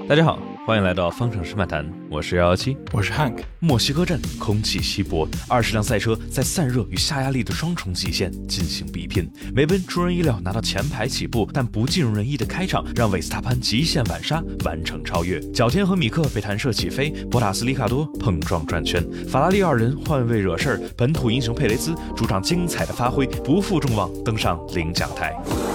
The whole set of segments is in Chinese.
大家好，欢迎来到方程式漫谈，我是117， 我是 Hank。 墨西哥站空气稀薄，20辆赛车在散热与下压力的双重极限进行比拼。梅奔出人意料拿到前排起步，但不尽如人意的开场让维斯塔潘极限晚刹完成超越。角田和米克被弹射起飞，博塔斯、里卡多碰撞转圈，法拉利二人换位惹事儿，本土英雄佩雷兹主场精彩的发挥，不负众望登上领奖台。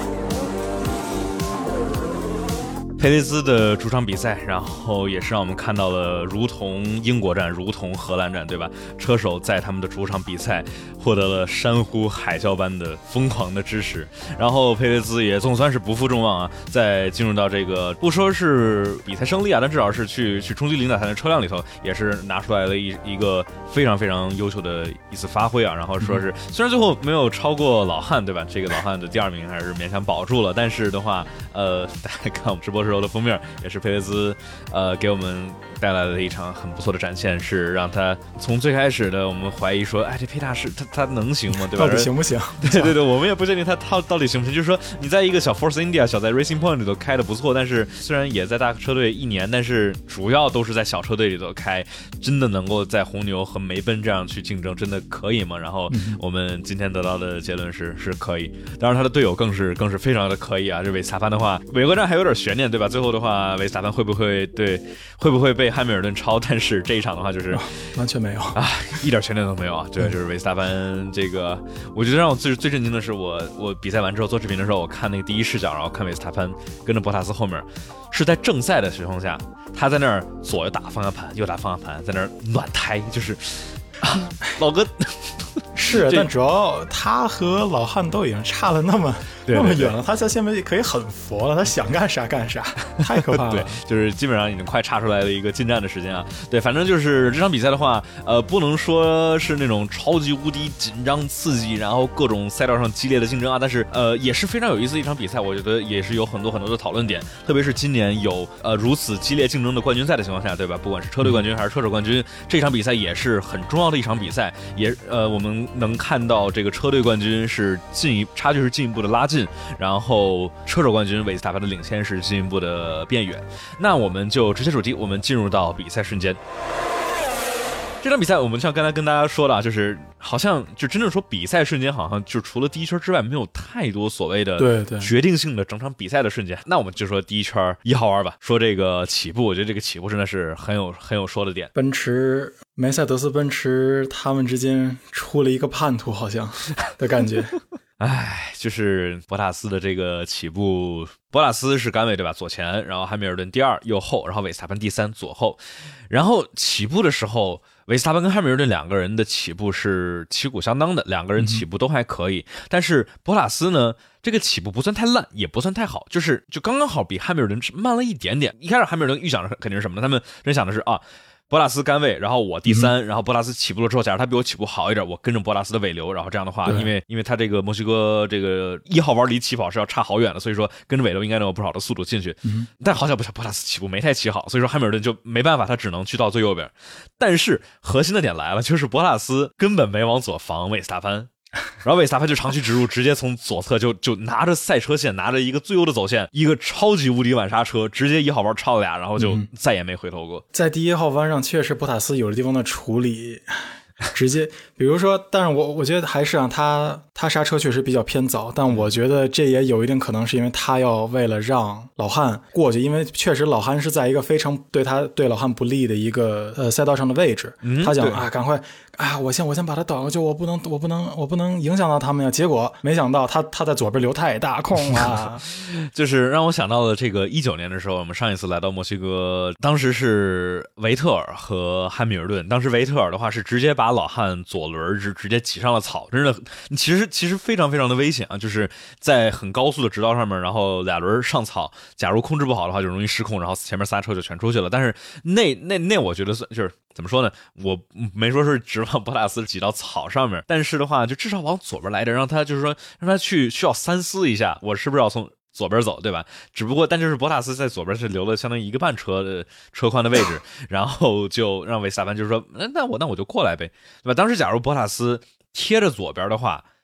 佩雷兹的主场比赛，然后也是让我们看到了如同英国站如同荷兰站，对吧？车手在他们的主场比赛获得了山呼海啸般的疯狂的支持，然后佩雷兹也总算是不负众望啊，在进入到这个不说是比赛胜利啊，但至少是去冲击领奖台的车辆里头，也是拿出来了一个非常非常优秀的一次发挥啊。然后说是虽然最后没有超过老汉，对吧？这个老汉的第2名还是勉强保住了，但是的话，大家看我们直播时候的封面也是佩雷兹给我们带来了一场很不错的展现，是让他从最开始的我们怀疑说，哎，这佩大师他能行吗？对吧？ 到底行不行？ 对，我们也不确定他到底行不行。就是说，你在一个小 Force India、小在 Racing Point 里头开的不错，但是虽然也在大车队1年，但是主要都是在小车队里头开，真的能够在红牛和梅奔这样去竞争，真的可以吗？然后我们今天得到的结论是可以。当然，他的队友更是非常的可以啊。这维斯塔潘的话，美国站还有点悬念，对吧？最后的话，维斯塔潘会不会被汉密尔顿超？但是这一场的话，就是完全没有啊，一点悬念都没有啊。对，就是维斯塔潘这个，我觉得让我最震惊的是，我比赛完之后做视频的时候，我看那个第一视角，然后看维斯塔潘跟着博塔斯后面，是在正赛的情况下，他在那儿左右打方向盘，右打方向盘，在那儿暖胎，就是老哥。 是，但主要他和老汉都已经差了那么远了，他现在可以很佛了，他想干啥干啥，太可怕了。 对，就是基本上已经快差出来了一个进站的时间啊。对，反正就是这场比赛的话，不能说是那种超级无敌紧张刺激，然后各种赛道上激烈的竞争啊，但是也是非常有意思的一场比赛，我觉得也是有很多的讨论点，特别是今年有如此激烈竞争的冠军赛的情况下，对吧？不管是车队冠军还是车手冠军，这场比赛也是很重要的一场比赛，也我们能看到这个车队冠军是差距是进一步的拉近，然后车手冠军维斯塔潘的领先是进一步的变远。那我们就直接主题，我们进入到比赛瞬间。这场比赛我们像刚才跟大家说的，就是好像就真正说比赛瞬间，好像就除了第一圈之外，没有太多所谓的决定性的整场比赛的瞬间。那我们就说第一圈1号弯吧，说这个起步，我觉得这个起步真的是很有说的点。 梅赛德斯奔驰他们之间出了一个叛徒，好像的感觉。 哎，就是博塔斯的这个起步，博塔斯是杆位对吧？左前，然后汉密尔顿第2右后，然后维斯塔潘第3左后。然后起步的时候，维斯塔潘跟汉密尔顿2个人的起步是旗鼓相当的，2个人起步都还可以。但是博塔斯呢，这个起步不算太烂，也不算太好，就刚刚好比汉密尔顿慢了一点点。一开始汉密尔顿预想的肯定是什么呢？他们真想的是啊，博塔斯杆位，然后我第3，然后博塔斯起步了之后，假如他比我起步好一点，我跟着博塔斯的尾流，然后这样的话，因为他这个墨西哥这个1号弯离起跑是要差好远的，所以说跟着尾流应该能有不少的速度进去。但好像博塔斯起步没太起好，所以说汉密尔顿就没办法，他只能去到最右边。但是核心的点来了，就是博塔斯根本没往左防维斯塔潘。然后维斯塔潘就长驱直入，直接从左侧就拿着赛车线，拿着一个最优的走线，一个超级无敌晚刹车，直接1号弯超了俩，然后就再也没回头过。 在第1号弯上，确实博塔斯有的地方的处理，直接，比如说，但是我觉得还是他刹车确实比较偏早，但我觉得这也有一定可能是因为他要为了让老汉过去，因为确实老汉是在一个非常对老汉不利的一个赛道上的位置，他想啊，赶快啊，我先把他倒过去，我不能影响到他们呀。结果没想到他在左边留太大空了， 就是让我想到了这个19年的时候，我们上一次来到墨西哥，当时是维特尔和汉密尔顿，当时维特尔的话是直接把老汉左轮直接挤上了草，真的其实非常非常的危险啊！就是在很高速的直道上面，然后2轮上草，假如控制不好的话，就容易失控，然后前面3车就全出去了。但是那我觉得就是怎么说呢？我没说是指望博塔斯挤到草上面，但是的话，就至少往左边来点，让他就是说让他需要三思一下，我是不是要从左边走，对吧？只不过但就是博塔斯在左边是留了相当于1个半车的车宽的位置，然后就让维斯塔潘就是说，那我就过来呗，对吧？当时假如博塔斯贴着左边的话，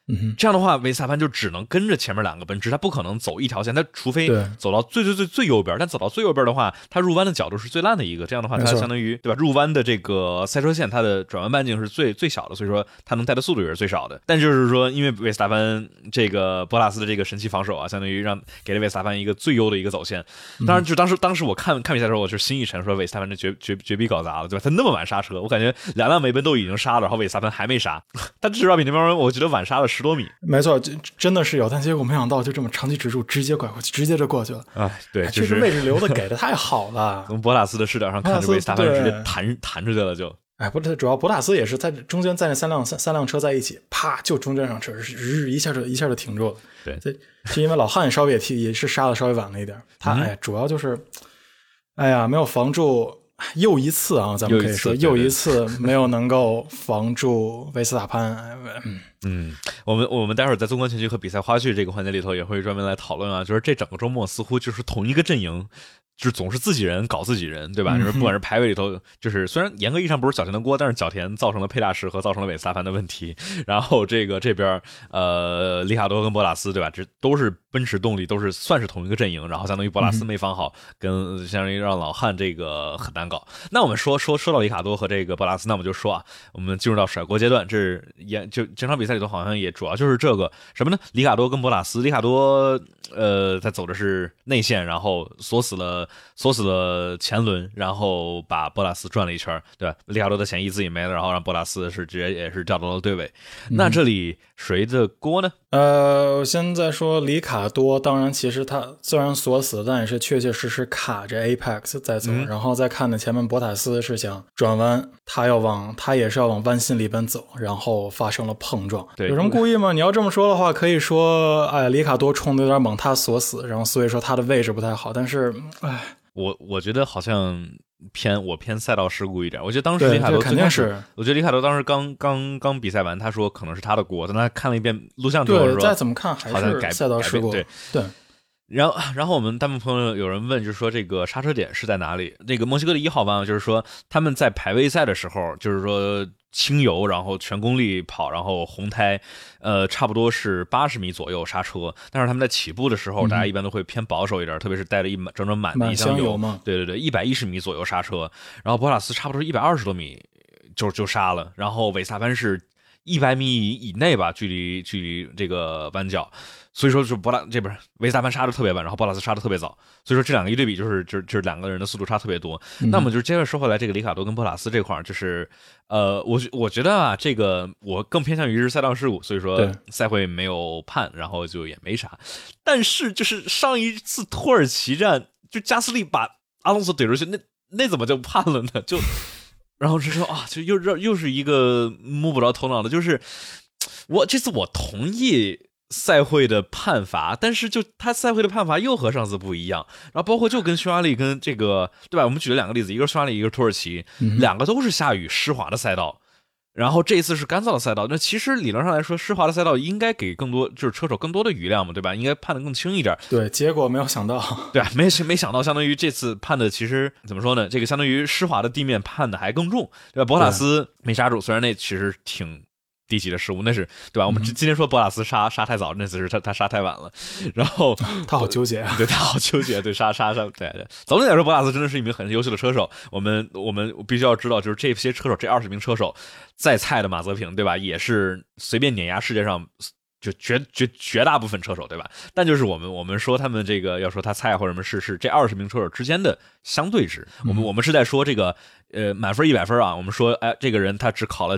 这样的话维斯塔潘就只能跟着前面2个奔驰，他不可能走一条线，他除非走到最右边，但走到最右边的话，他入弯的角度是最烂的一个，这样的话他相当于对吧，入弯的这个赛车线它的转弯半径是最小的，所以说他能带的速度也是最少的。但就是说因为维斯塔潘这个博塔斯的这个神奇防守啊，相当于给了维斯塔潘一个最优的一个走线。当然就当时我看比赛的时候，我就心一沉，说维斯塔潘这绝逼搞砸了，对吧？他那么晚刹车，我感觉2辆梅奔都已经刹了，然后维斯塔潘还没刹，他至少比那边我觉得晚刹了10多米。 没错，真的是有，但结果没想到就这么长期直入，直接拐过去，直接就过去了。 对， 这个位置留的给的太好了。 从博塔斯的视角上看着维斯塔潘直接弹出去了就。 主要博塔斯也是在中间，在那三辆车在一起，啪就中间上车，一下就停住了。 对， 是因为老汉稍微也是刹的稍微晚了一点，他主要就是没有防住。又一次啊，咱们可以说又一次没有能够防住维斯塔潘。 我们待会儿在纵观全局和比赛花絮这个环节里头也会专门来讨论啊，就是这整个周末似乎就是同一个阵营。就是总是自己人搞自己人，对吧？就是不管是排位里头，就是虽然严格意义上不是角田的锅，但是角田造成了佩大石和造成了韦斯塔潘的问题。然后这边里卡多跟博塔斯，对吧？这都是奔驰动力，都是算是同一个阵营。然后相当于博塔斯没防好，跟相当于让老汉这个很难搞。那我们说到里卡多和这个博塔斯，那我们就说啊，我们进入到甩锅阶段，就整场比赛里头好像也主要就是这个什么呢？里卡多跟博塔斯，里卡多他走的是内线，然后锁死了前轮，然后把博塔斯转了一圈，对吧？里卡多的前翼自己没了，然后让博塔斯是直接也是掉到了队尾。那这里谁的锅呢？ 我现在说里卡多，当然其实他虽然锁死，但也是确确实实卡着 Apex 在走，然后再看的前面博塔斯是想转弯，他也是要往弯心里边走，然后发生了碰撞。 对， 有什么故意吗？你要这么说的话，可以说里卡多冲的有点猛，他锁死，然后所以说他的位置不太好，但是我觉得好像偏赛道事故一点。我觉得当时里卡多肯定是， 我觉得里卡多当时刚比赛完，他说可能是他的锅，但他看了一遍录像之后说， 再怎么看还是赛道事故。对。 然后我们弹幕朋友有人问，就是说这个刹车点是在哪里？这个墨西哥的1号弯就是说他们在排位赛的时候，就是说轻油，然后全功率跑，然后红胎，差不多是80米左右刹车。但是他们在起步的时候，大家一般都会偏保守一点，特别是带了整整满的一箱油嘛。 对，110米左右刹车。然后博塔斯差不多120多米就刹了，然后韦斯塔潘是100米以内吧，距离这个弯角。所以说就这边维斯塔潘刹的特别晚，然后博塔斯刹的特别早，所以说这两个一对比就是两个人的速度差特别多。那么就接着说回来，这个里卡多跟博塔斯这块就是我觉得啊，这个我更偏向于是赛道事故，所以说赛会没有判，然后就也没啥。但是就是上一次土耳其站，就加斯利把阿隆索怼出去，那怎么就判了呢？就然后是说啊，就又是一个摸不着头脑的，就是这次我同意赛会的判罚，但是就他赛会的判罚又和上次不一样，然后包括就跟匈牙利跟这个对吧？我们举了2个例子，一个是匈牙利，一个是土耳其，两个都是下雨湿滑的赛道，然后这一次是干燥的赛道。那其实理论上来说，湿滑的赛道应该给更多就是车手更多的余量嘛，对吧？应该判得更轻一点。 对，结果没有想到， 对啊，没想到，相当于这次判的其实怎么说呢？这个相当于湿滑的地面判的还更重，对吧？博塔斯没刹住，虽然那其实挺低级的失误，那是对吧？我们今天说博塔斯刹太早，那次是他刹太晚了，然后他好纠结啊， 对他好纠结，对刹对。总体来说，博塔斯真的是一名很优秀的车手。我们必须要知道，就是这些车手，这20名车手，再菜的马泽平，对吧？也是随便碾压世界上就绝大部分车手，对吧？但就是我们说他们这个要说他菜或者什么是这20名车手之间的相对值。我们是在说这个满分100分啊，我们说这个人他只考了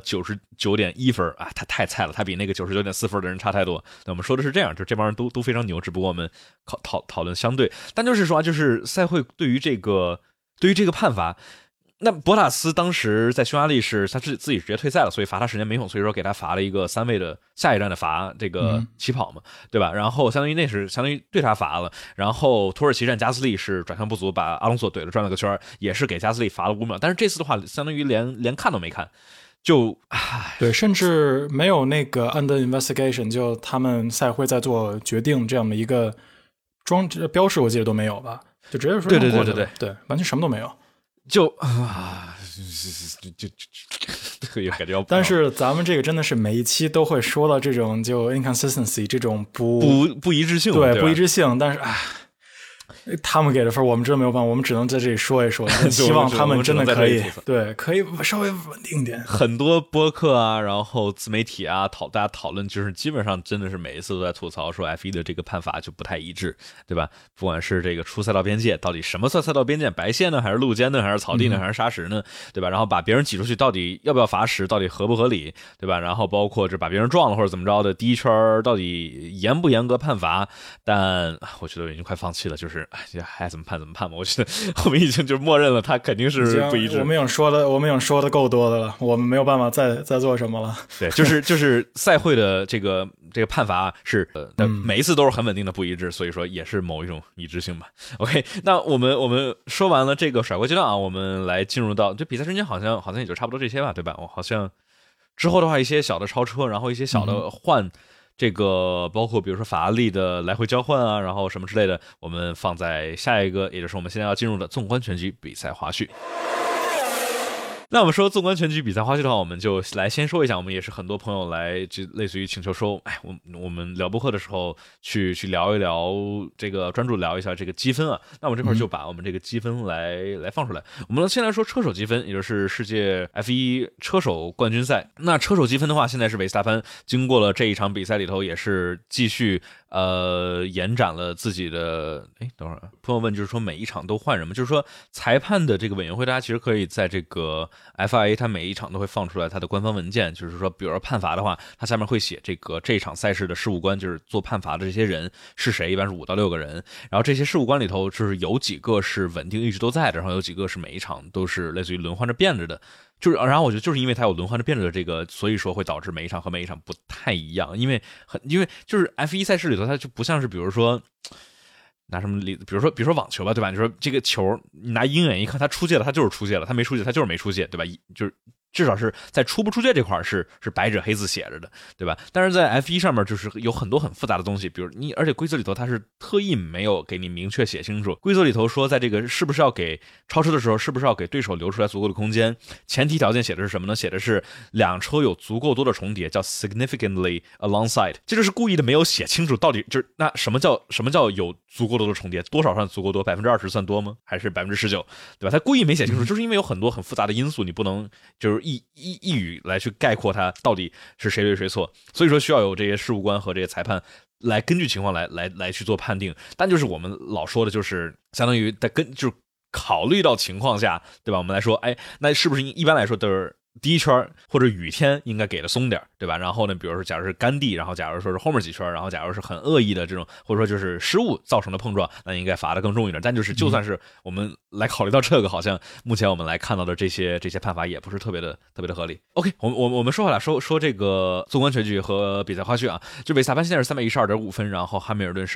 99.1分啊，他太菜了，他比那个99.4分的人差太多。那我们说的是这样，就这帮人都非常牛，只不过我们讨论相对。但就是说就是赛会对于这个判罚。那博塔斯当时在匈牙利是他自己直接退赛了，所以罚他时间没用，所以说给他罚了一个3位的下一站的罚这个起跑嘛，对吧？然后相当于对他罚了。然后土耳其站加斯利是转向不足，把阿隆索怼了转了个圈，也是给加斯利罚了5秒。但是这次的话，相当于连看都没看，就对，甚至没有那个 under investigation， 就他们赛会在做决定这样的一个标识，我记得都没有吧？就直接说对， 完全什么都没有。 就感觉要。 但是咱们这个真的是每一期都会说到这种就 inconsistency 这种不一致性， 对不一致性，但是他们给的分我们真的没有办法，我们只能在这里说一说，希望他们真的可以对可以稍微稳定一点。 很多播客啊，然后自媒体啊，大家讨论就是基本上真的是每一次都在吐槽说 F1 的这个判罚就不太一致，对吧？不管是这个出赛道边界到底什么算赛道边界，白线呢还是路肩呢还是草地呢还是沙石呢，对吧？然后把别人挤出去到底要不要罚时，到底合不合理，对吧？然后包括这把别人撞了或者怎么着的，第一圈到底严不严格判罚？但我觉得我已经快放弃了，就是还怎么判怎么判吧。我觉得我们已经就默认了他肯定是不一致。 我们已经说的够多的了，我们没有办法再做什么了。 对，就是赛会的这个判罚是每一次都是很稳定的不一致，所以说也是某一种一致性吧。OK， 那我们说完了这个甩锅阶段啊，我们来进入到这比赛时间好像也就差不多这些吧，对吧？我好像之后的话一些小的超车，然后一些小的换。这个包括比如说法拉利的来回交换啊，然后什么之类的，我们放在下一个，也就是我们现在要进入的纵观全局比赛花絮。那我们说纵观全局比赛花絮的话，我们就来先说一下，我们也是很多朋友来就类似于请求说，我们聊播客的时候去聊一聊这个，专注聊一下这个积分啊。那我们这块就把我们这个积分来放出来。我们先来说车手积分，也就是世界 F1 车手冠军赛。那车手积分的话，现在是维斯塔潘经过了这一场比赛里头，也是继续延展了自己的。等会儿朋友问就是说每一场都换人吗？就是说裁判的这个委员会，大家其实可以在这个 FIA 它每一场都会放出来它的官方文件，就是说比如说判罚的话，它下面会写这一场赛事的事务官，就是做判罚的这些人是谁，一般是5到6个人。然后这些事务官里头就是有几个是稳定一直都在的，然后有几个是每一场都是类似于轮换着变着的。然后我觉得就是因为它有轮换着变着的这个，所以说会导致每一场和每一场不太一样，因为就是 F1 赛事里头它就不像是比如说。拿什么例子？比如说网球吧，对吧？你说这个球，你拿鹰眼一看，它出界了，它就是出界了；它没出界，它就是没出界，对吧？就是至少是在出不出界这块是白纸黑字写着的，对吧？但是在 F1 上面就是有很多很复杂的东西，比如而且规则里头它是特意没有给你明确写清楚。规则里头说，在这个是不是要给超车的时候，是不是要给对手留出来足够的空间？前提条件写的是什么呢？写的是两车有足够多的重叠，叫 significantly alongside。这就是故意的没有写清楚，到底就是那什么叫有足够多的重叠？多少算足够多？20%算多吗？还是19%？对吧？他故意没写清楚，就是因为有很多很复杂的因素，你不能就是一语来去概括它到底是谁对谁错，所以说需要有这些事务官和这些裁判来根据情况来去做判定。但就是我们老说的，就是相当于就是考虑到情况下，对吧？我们来说，那是不是一般来说都是第一圈或者雨天应该给的松点，对吧？然后呢，比如说假如是干地，然后假如说是后面几圈，然后假如是很恶意的这种，或者说就是失误造成的碰撞，那应该罚的更重一点。但就是就算是我们来考虑到这个，好像目前我们来看到的这些判罚也不是特别的合理。OK， 我们说回来说这个纵观全局和比赛花絮啊，就维斯塔潘现在是312.5分，然后汉密尔顿是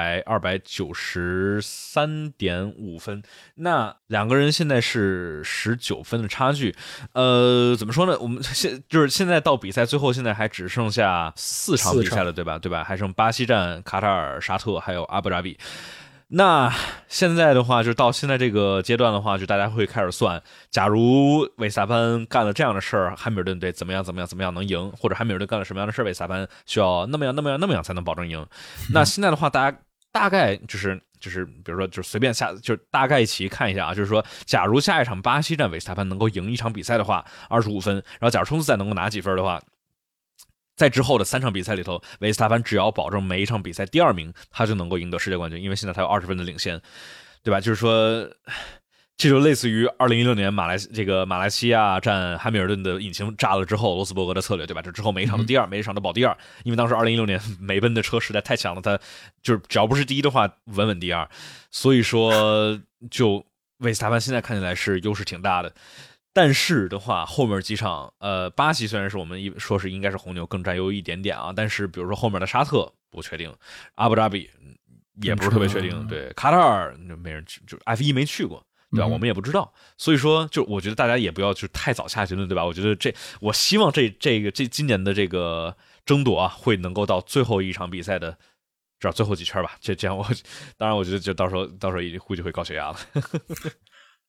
293.5分，那两个人现在是19分的差距。怎么说呢？我们现在到比赛最后，现在还只剩下4场比赛了，对吧？还剩巴西站、卡塔尔、沙特还有阿布扎比。那现在的话，就到现在这个阶段的话，就大家会开始算，假如维斯塔潘干了这样的事儿，汉密尔顿得怎么样能赢，或者汉密尔顿干了什么样的事儿，维斯塔潘需要那么样才能保证赢。那现在的话，大概就是比如说就随便就大概一起看一下啊，就是说假如下一场巴西站维斯塔潘能够赢一场比赛的话25分，然后假如冲刺赛能够拿几分的话，在之后的3场比赛里头，维斯塔潘只要保证每一场比赛第2名，他就能够赢得世界冠军，因为现在他有20分的领先，对吧？就是说这就类似于2016年马来西亚站汉密尔顿的引擎炸了之后罗斯伯格的策略，对吧？这之后每一场都第2，每一场都保第2，因为当时2016年梅奔的车实在太强了，他就是只要不是第1的话稳第2，所以说就维斯塔潘现在看起来是优势挺大的。但是的话，后面几场，巴西虽然是我们说是应该是红牛更占优一点点啊，但是比如说后面的沙特不确定，阿布扎比也不是特别确定，对，卡塔尔没人去，就 F1 没去过，对吧？我们也不知道，所以说就我觉得大家也不要就太早下结论，对吧？我觉得我希望这今年的这个争夺啊，会能够到最后一场比赛的至少最后几圈吧，这样当然我觉得就到时候估计会高血压了。 哎呀，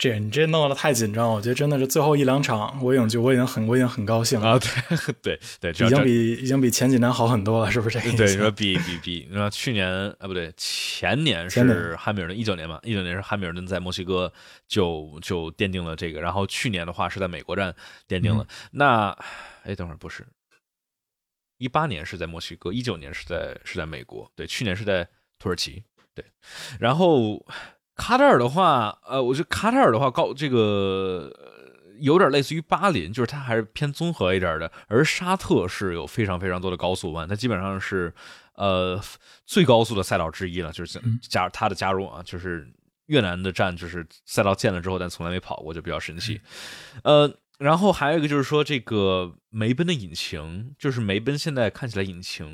你这弄得太紧张，我觉得真的是最后一两场我已经很高兴了啊！对， 已经比前几年好很多了，是不是这个意思？ 对，你说比你说去年啊不对，前年是汉密尔顿19年嘛，19年是汉密尔顿在墨西哥就奠定了这个，然后去年的话是在美国站奠定了。那等会儿不是，18年是在墨西哥，19年是在美国，对，去年是在土耳其，对，然后。卡塔尔的话，我觉得卡塔尔的话这个有点类似于巴林，就是它还是偏综合一点的，而沙特是有非常非常多的高速弯，它基本上是最高速的赛道之一了，就是它的加入啊，就是越南的站就是赛道建了之后，但从来没跑过，就比较神奇。然后还有一个就是说这个梅奔的引擎，就是梅奔现在看起来引擎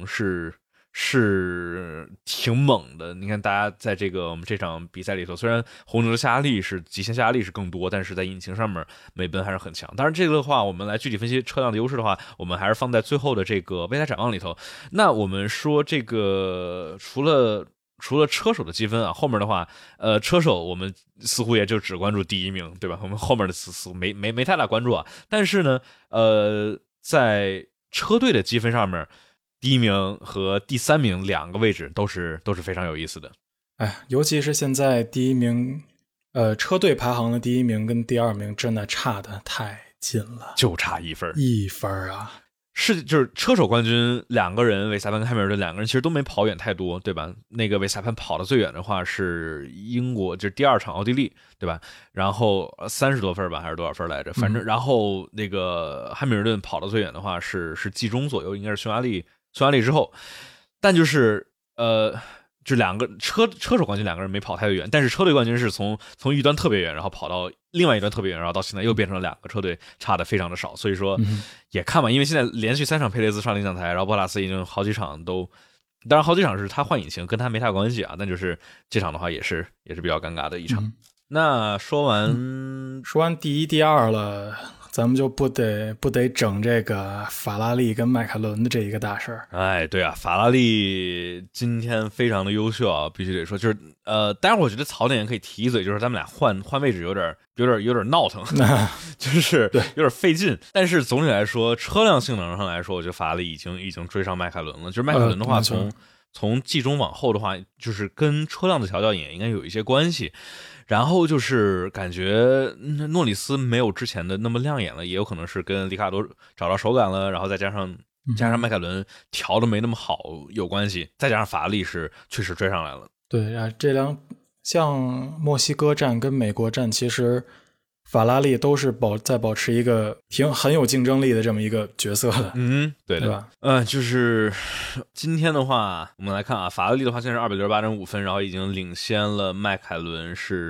是挺猛的，你看大家在我们这场比赛里头，虽然红牛的下压力是极限下压力是更多，但是在引擎上面梅奔还是很强。当然这个的话，我们来具体分析车辆的优势的话，我们还是放在最后的这个未来展望里头。那我们说这个除了车手的积分啊，后面的话，车手我们似乎也就只关注第一名，对吧？我们后面的似乎没太大关注啊。但是呢，在车队的积分上面。第一名和第3名2个位置都是非常有意思的， 尤其是现在第一名，车队排行的第一名跟第2名真的差得太近了， 就差1分啊！ 就是车手冠军2个人，维斯塔潘跟汉密尔顿2个人其实都没跑远太多，对吧？那个维斯塔潘跑的最远的话是英国，就是第2场奥地利，对吧？然后30多分吧，还是多少分来着？反正然后那个汉密尔顿跑的最远的话是季中左右，应该是匈牙利之后，但就是就2个车手冠军2个人没跑太远，但是车队冠军是从一端特别远，然后跑到另外一端特别远，然后到现在又变成了2个车队差的非常的少，所以说也看吧，因为现在连续3场佩雷兹上领奖台，然后博塔斯已经好几场都，当然好几场是他换引擎，跟他没太关系啊，但就是这场的话也是比较尴尬的一场。那说完第1、第2了。咱们就不得整这个法拉利跟迈凯伦的这一个大事儿。 对啊，法拉利今天非常的优秀啊，必须得说，就是当然我觉得槽点也可以提一嘴，就是他们俩换位置有点闹腾，就是有点费劲。但是总体来说，车辆性能上来说，我觉得法拉利已经追上迈凯伦了。就是迈凯伦的话，从季中往后的话，就是跟车辆的调教也应该有一些关系。然后就是感觉诺里斯没有之前的那么亮眼了，也有可能是跟里卡多找到手感了，然后再加上迈凯伦调的没那么好有关系，再加上法拉利是确实追上来了。 对啊，像墨西哥站跟美国站，其实法拉利都是在保持一个很有竞争力的这么一个角色的。 对的， 对吧？ 就是今天的话，我们来看啊，法拉利的话现在是268.5分，然后已经领先了迈凯伦是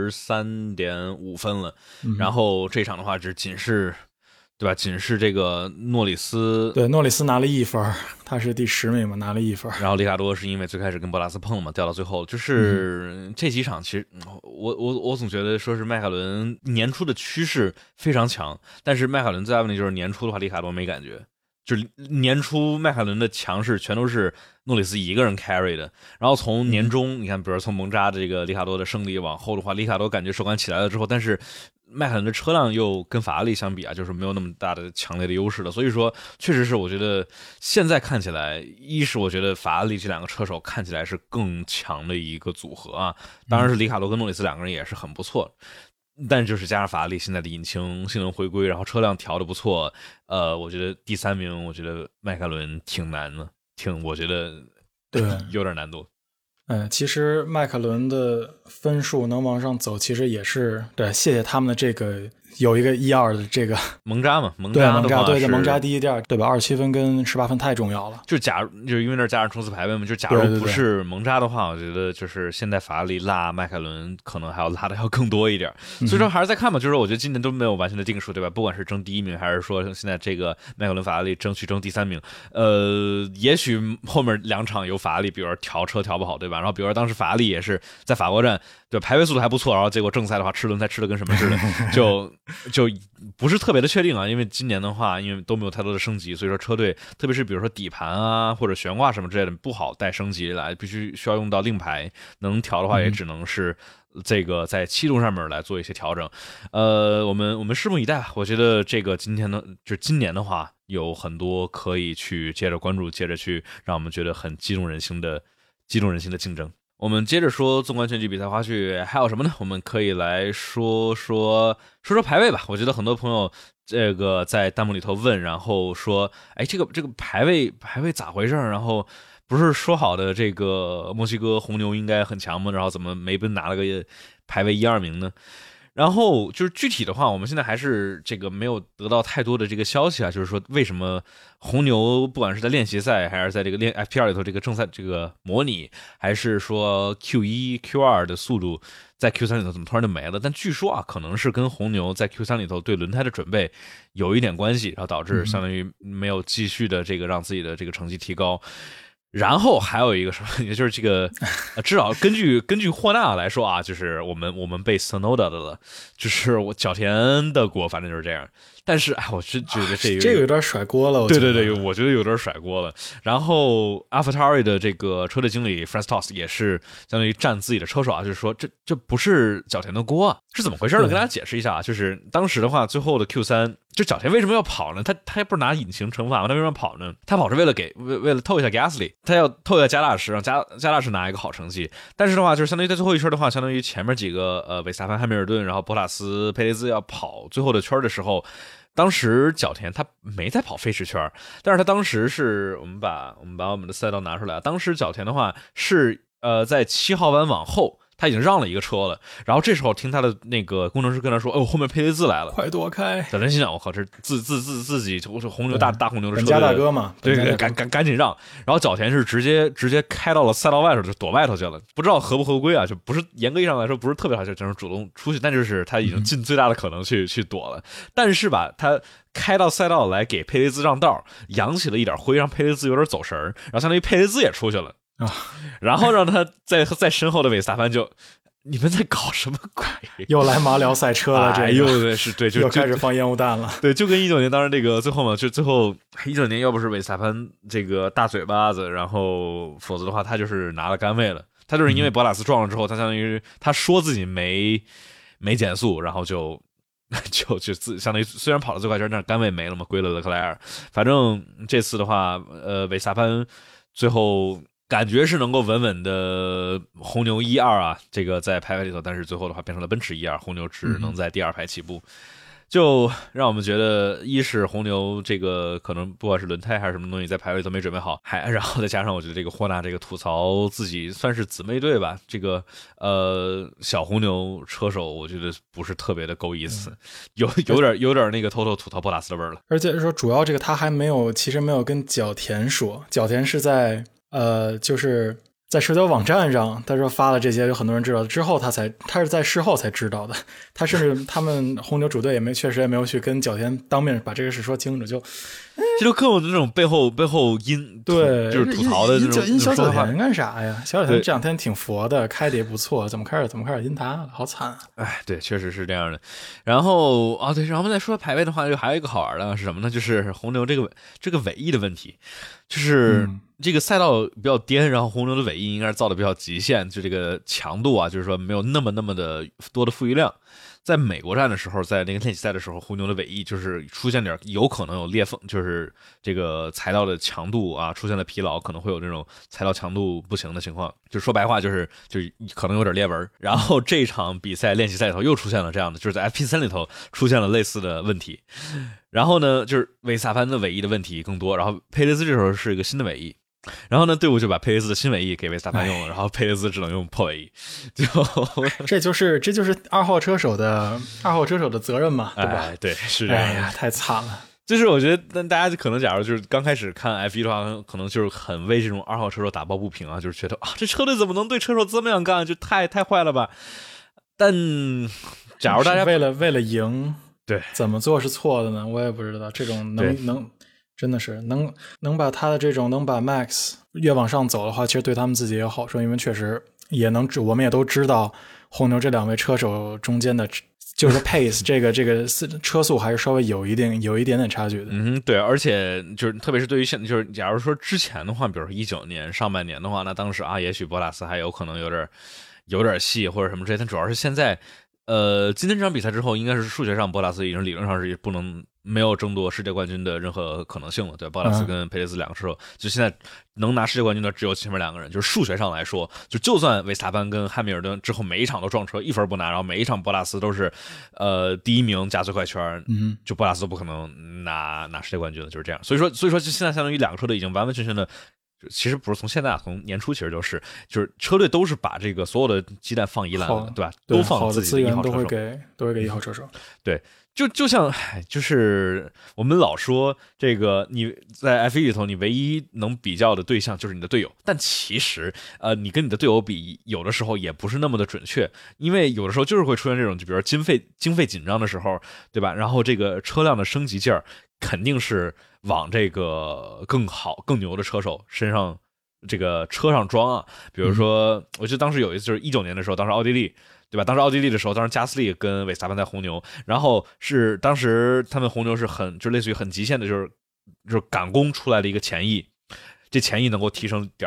13.5分了。然后这场的话仅是对吧？仅是这个诺里斯， 对，诺里斯拿了1分，他是第10名嘛，拿了1分。 然后里卡多是因为最开始跟博拉斯碰嘛，掉到最后。就是这几场，其实我总觉得说是迈凯伦年初的趋势非常强，但是迈凯伦最大问题就是年初的话，里卡多没感觉。就是年初迈凯伦的强势全都是诺里斯一个人 carry 的，然后从年中你看，比如从蒙扎的这个里卡多的胜利往后的话，里卡多感觉手感起来了之后，但是迈凯伦的车辆又跟法拉利相比啊，就是没有那么大的强烈的优势了，所以说确实是我觉得现在看起来，一是我觉得法拉利这2个车手看起来是更强的一个组合啊，当然是里卡多跟诺里斯2个人也是很不错。但就是加上法拉利现在的引擎性能回归，然后车辆调的不错，我觉得第3名，我觉得迈凯伦挺难的，我觉得对有点难度。 其实迈凯伦的分数能往上走，其实也是对，谢谢他们的这个有一个1、2的这个蒙扎嘛， 蒙扎蒙扎第1、第2，对吧？27分跟18分太重要了。 就是因为那加上冲刺排位嘛，就假如不是蒙扎的话，我觉得就是现在法拉利拉迈凯伦可能还要拉的要更多一点。所以说还是再看吧，就是我觉得今年都没有完全的定数，对吧？不管是争第1名，还是说现在这个迈凯伦法拉利争第3名，也许后面2场有法拉利，比如说调车调不好，对吧？然后比如说当时法拉利也是在法国站，对排位速度还不错，然后结果正赛的话吃轮胎吃的跟什么似的，就不是特别的确定啊。因为今年的话，因为都没有太多的升级，所以说车队特别是比如说底盘啊或者悬挂什么之类的不好带升级来，必须需要用到令牌，能调的话也只能是这个在气动上面来做一些调整。我们拭目以待吧。我觉得这个今年的话，有很多可以去接着关注，接着去让我们觉得很激动人心的竞争。我们接着说纵观全局比赛花絮，还有什么呢？我们可以来说排位吧。我觉得很多朋友这个在弹幕里头问，然后说，哎，这个排位咋回事？然后不是说好的这个墨西哥红牛应该很强吗？然后怎么梅奔拿了个排位1、2名呢？然后就是具体的话，我们现在还是这个没有得到太多的这个消息啊，就是说为什么红牛不管是在练习赛，还是在这个FP2里头这个正赛这个模拟，还是说 Q1、Q2 的速度在 Q3 里头怎么突然就没了？但据说啊，可能是跟红牛在 Q3 里头对轮胎的准备有一点关系，然后导致相当于没有继续的这个让自己的这个成绩提高。然后还有一个什么，也就是这个，至少根据霍纳来说啊，就是我们被 Tsunoda 的了，就是我角田的锅，反正就是这样。但是我是觉得这个有点甩锅了。 对，我觉得有点甩锅了。然后 AlphaTauri 的这个车队经理 Franz Tost 也是相当于站自己的车手啊，就是说这不是角田的锅啊，是怎么回事呢？跟大家解释一下啊，就是当时的话，最后的 Q3。就角田为什么要跑呢？他也不是拿引擎惩罚吗？他为什么要跑呢？他跑是为了透一下 Gasly， 他要透一下加纳什，让加纳什拿一个好成绩。但是的话，就是相当于在最后一圈的话，相当于前面几个维斯塔潘、汉密尔顿，然后博塔斯、佩雷兹要跑最后的圈的时候，当时角田他没在跑飞驰圈，但是他当时是我们把我们的赛道拿出来，当时角田的话是在7号弯往后。他已经让了一个车了，然后这时候听他的那个工程师跟他说：“哦，后面佩雷兹来了， 快躲开！” 小陈心想：“我靠，这自己红牛大红牛的车， 家大哥嘛， 对，赶紧让。”然后角田是直接开到了赛道外头，就躲外头去了。不知道合不合规啊？就不是严格意义上来说不是特别好，就是主动出去，但就是他已经尽最大的可能去躲了。但是吧，他开到赛道来给佩雷兹让道，扬起了一点灰，让佩雷兹有点走神，然后相当于佩雷兹也出去了。然后让他在身后的维斯塔潘就，你们在搞什么鬼？ 又来马里奥赛车了，这又是对， 又开始放烟雾弹了。 对，就跟19年当时这个最后嘛，就最后19年要不是维斯塔潘这个大嘴巴子，然后否则的话他就是拿了杆位了。他就是因为博塔斯撞了之后，他相当于他说自己没减速，然后就相当于虽然跑了最快圈，但是杆位没了嘛，归了勒克莱尔。反正这次的话，维斯塔潘最后。感觉是能够稳稳的红牛1、2啊，这个在排位里头，但是最后的话变成了奔驰1、2，红牛只能在第2排起步，就让我们觉得一是红牛这个可能不管是轮胎还是什么东西在排位都没准备好，然后再加上我觉得这个霍纳这个吐槽自己算是姊妹队吧，这个小红牛车手我觉得不是特别的够意思，有点那个偷偷吐槽博塔斯的味儿了。 而且说主要这个他还其实没有跟角田说，角田是在就是在社交网站上，他说发了这些，有很多人知道之后，他是在事后才知道的。他甚至他们红牛主队确实也没有去跟角田当面把这个事说清楚， 就跟我的那种背后对， 就是吐槽的那种。 阴小角田干啥呀？小角田这2天挺佛的，开的也不错，怎么开始阴他了？好惨啊！ 哎，对，确实是这样的。然后对，然后我们再说排位的话，就还有一个好玩的是什么呢？就是红牛这个尾翼的问题，就是这个赛道比较颠，然后红牛的尾翼应该是造的比较极限，就这个强度啊，就是说没有那么的多的富裕量。在美国站的时候，在那个练习赛的时候，红牛的尾翼就是出现点有可能有裂缝，就是这个材料的强度啊出现了疲劳，可能会有这种材料强度不行的情况。就说白话就是可能有点裂纹。然后这场比赛练习赛里头又出现了这样的，就是在 FP3 里头出现了类似的问题。然后呢，就是维斯塔潘的尾翼的问题更多，然后佩雷兹这时候是一个新的尾翼。然后呢，队伍就把佩雷兹的新尾翼给维斯塔潘用了，然后佩雷兹只能用破尾翼， 这就是2号车手的责任嘛，对吧？ 对，是这样。 哎呀，太惨了。 就是我觉得大家可能假如就是刚开始看 F1 的话，可能就是很为这种2号车手打抱不平啊，就是觉得这车队怎么能对车手这么样干，就太坏了吧。但假如大家为了赢， 对， 怎么做是错的呢？我也不知道。这种能真的是能把他的这种能把 Max 越往上走的话，其实对他们自己也有好处，因为确实我们也都知道红牛这2位车手中间的就是 pace 这个车速还是稍微有一点点差距的。 对，而且就是特别是对于就是假如说之前的话，比如说19年上半年的话，那当时也许博塔斯还有可能有有点戏或者什么之类，但主要是现在，今天这场比赛之后，应该是数学上博塔斯已经理论上是不能没有争夺世界冠军的任何可能性了，对吧？博塔斯跟佩雷兹两个车手，就现在能拿世界冠军的只有前面两个人，就是数学上来说，就算维斯塔潘跟汉密尔顿之后每一场都撞车一分不拿，然后每一场博塔斯都是第一名加最快圈，就博塔斯都不可能拿世界冠军的，就是这样。所以说就现在相当于两个车队已经完完全全的。其实不是从现在，从年初其实就是车队都是把这个所有的鸡蛋放一篮子，对吧？都放自己的一号车手， 都会给一号车手。 对，就像就是我们老说这个你在 F1 里头，你唯一能比较的对象就是你的队友，但其实你跟你的队友比，有的时候也不是那么的准确，因为有的时候就是会出现这种，就比如说经费紧张的时候，对吧？然后这个车辆的升级劲儿肯定是往这个更好更牛的车手身上这个车上装啊。比如说我记得当时有一次就是19年的时候，当时奥地利对吧？当时奥地利的时候，当时加斯利跟韦斯塔潘在红牛，然后是当时他们红牛是就类似于很极限的，就是赶工出来的一个前翼，这前翼能够提升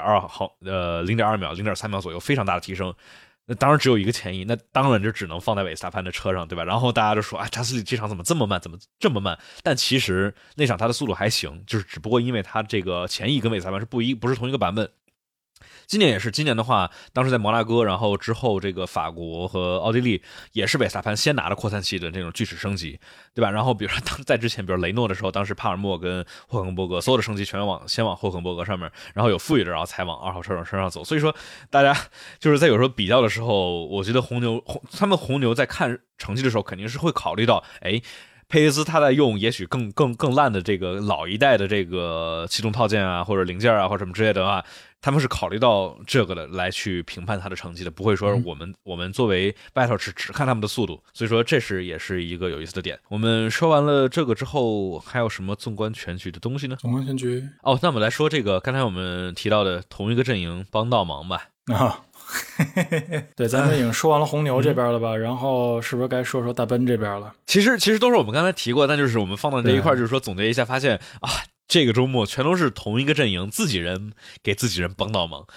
0.2秒、0.3秒左右，非常大的提升。那当然只有一个前翼，那当然就只能放在韦斯塔潘的车上，对吧？然后大家就说啊，加斯利这场怎么这么慢，怎么这么慢？但其实那场他的速度还行，就是只不过因为他这个前翼跟韦斯塔潘不是同一个版本。今年也是，今年的话，当时在摩纳哥，然后之后这个法国和奥地利也是韦斯塔潘先拿的扩散器的这种锯齿升级，对吧？然后比如说在之前，比如雷诺的时候，当时帕尔默跟霍肯伯格所有的升级全先往霍肯伯格上面，然后有富裕的，然后才往2号车手身上走。所以说，大家就是在有时候比较的时候，我觉得他们红牛在看成绩的时候，肯定是会考虑到，哎。佩雷兹他在用也许更烂的这个老一代的这个气动套件啊，或者零件啊，或者什么之类的话，他们是考虑到这个的来去评判他的成绩的，不会说我们作为 battle 只看他们的速度。所以说这也是一个有意思的点。我们说完了这个之后，还有什么纵观全局的东西呢？ 纵观全局哦，那我们来说这个刚才我们提到的同一个阵营帮倒忙吧。 对，咱们已经说完了红牛这边了吧？然后是不是该说说大奔这边了？ 其实都是我们刚才提过，但就是我们放到这一块，就是说总结一下，发现啊，这个周末全都是同一个阵营，自己人给自己人帮倒忙。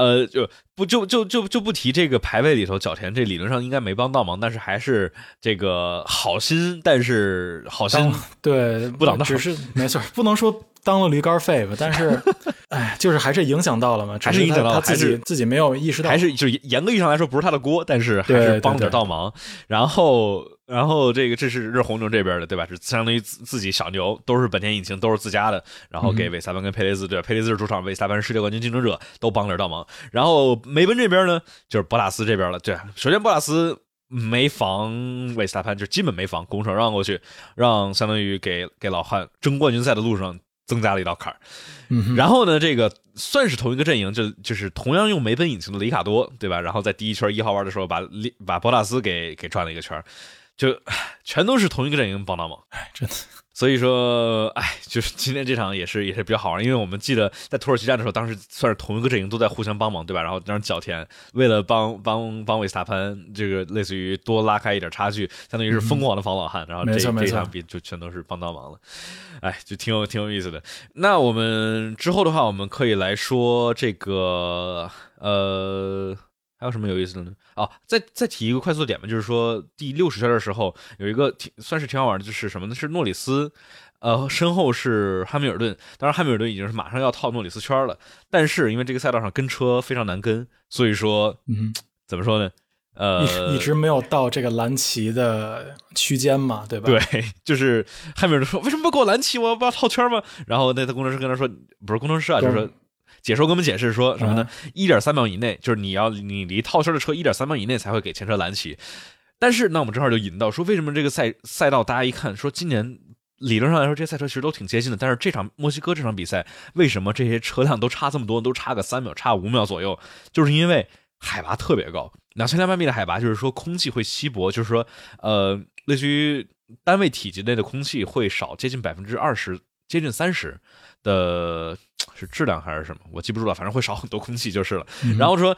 就不提这个排位里头，角田这理论上应该没帮倒忙，但是还是这个好心，但是好心对不挡道， 只是没错，不能说当了驴肝肺吧，但是哎，就是还是影响到了嘛， 还是影响到了， 他自己没有意识到， 还是就是严格意义上来说不是他的锅，但是还是帮点倒忙。然后这是红牛这边的，对吧？是相当于自己小牛都是本田引擎，都是自家的，然后给韦斯塔潘跟佩雷兹，对吧？佩雷兹是主场，韦斯塔潘是世界冠军竞争者，都帮点倒忙。然后梅奔这边呢，就是博塔斯这边了，对，首先博塔斯没防韦斯塔潘，就基本没防，拱手让过去，让相当于给老汉争冠军赛的路上增加了一道坎儿。然后呢，这个算是同一个阵营，就是同样用梅奔引擎的里卡多，对吧？然后在第一圈1号弯的时候把博塔斯给转了一个圈，就全都是同一个阵营帮倒忙， 真的。 所以说，就是今天这场也是比较好玩，因为我们记得在土耳其站的时候，当时算是同一个阵营都在互相帮忙，对吧？然后让角田为了帮韦斯塔潘，这个类似于多拉开一点差距，相当于是疯狂的防老汉，然后这场比就全都是帮倒忙了，就挺有意思的。那我们之后的话，我们可以来说这个还有什么有意思的呢？再提一个快速点吧，就是说第60圈的时候有一个算是挺好玩的，就是什么呢？是诺里斯，身后是汉密尔顿，当然汉密尔顿已经是马上要套诺里斯圈了，但是因为这个赛道上跟车非常难跟，所以说，怎么说呢？ 一直没有到这个蓝旗的区间嘛，对吧？ 对，就是汉密尔顿说为什么不给我蓝旗？我要不要套圈吗？然后那工程师跟他说，不是工程师啊，就是说。解说给我们解释说什么呢？1.3秒以内，就是你离套圈的车1.3秒以内才会给前车蓝旗。但是那我们正好就引到说，为什么这个赛道大家一看说今年理论上来说这些赛车其实都挺接近的，但是这场墨西哥这场比赛为什么这些车辆都差这么多，都差个3秒，差5秒左右？就是因为海拔特别高，2200米的海拔，就是说空气会稀薄，就是说类似于单位体积内的空气会少接近20%，接近30%的。是质量还是什么？我记不住了，反正会少很多空气就是了。然后说，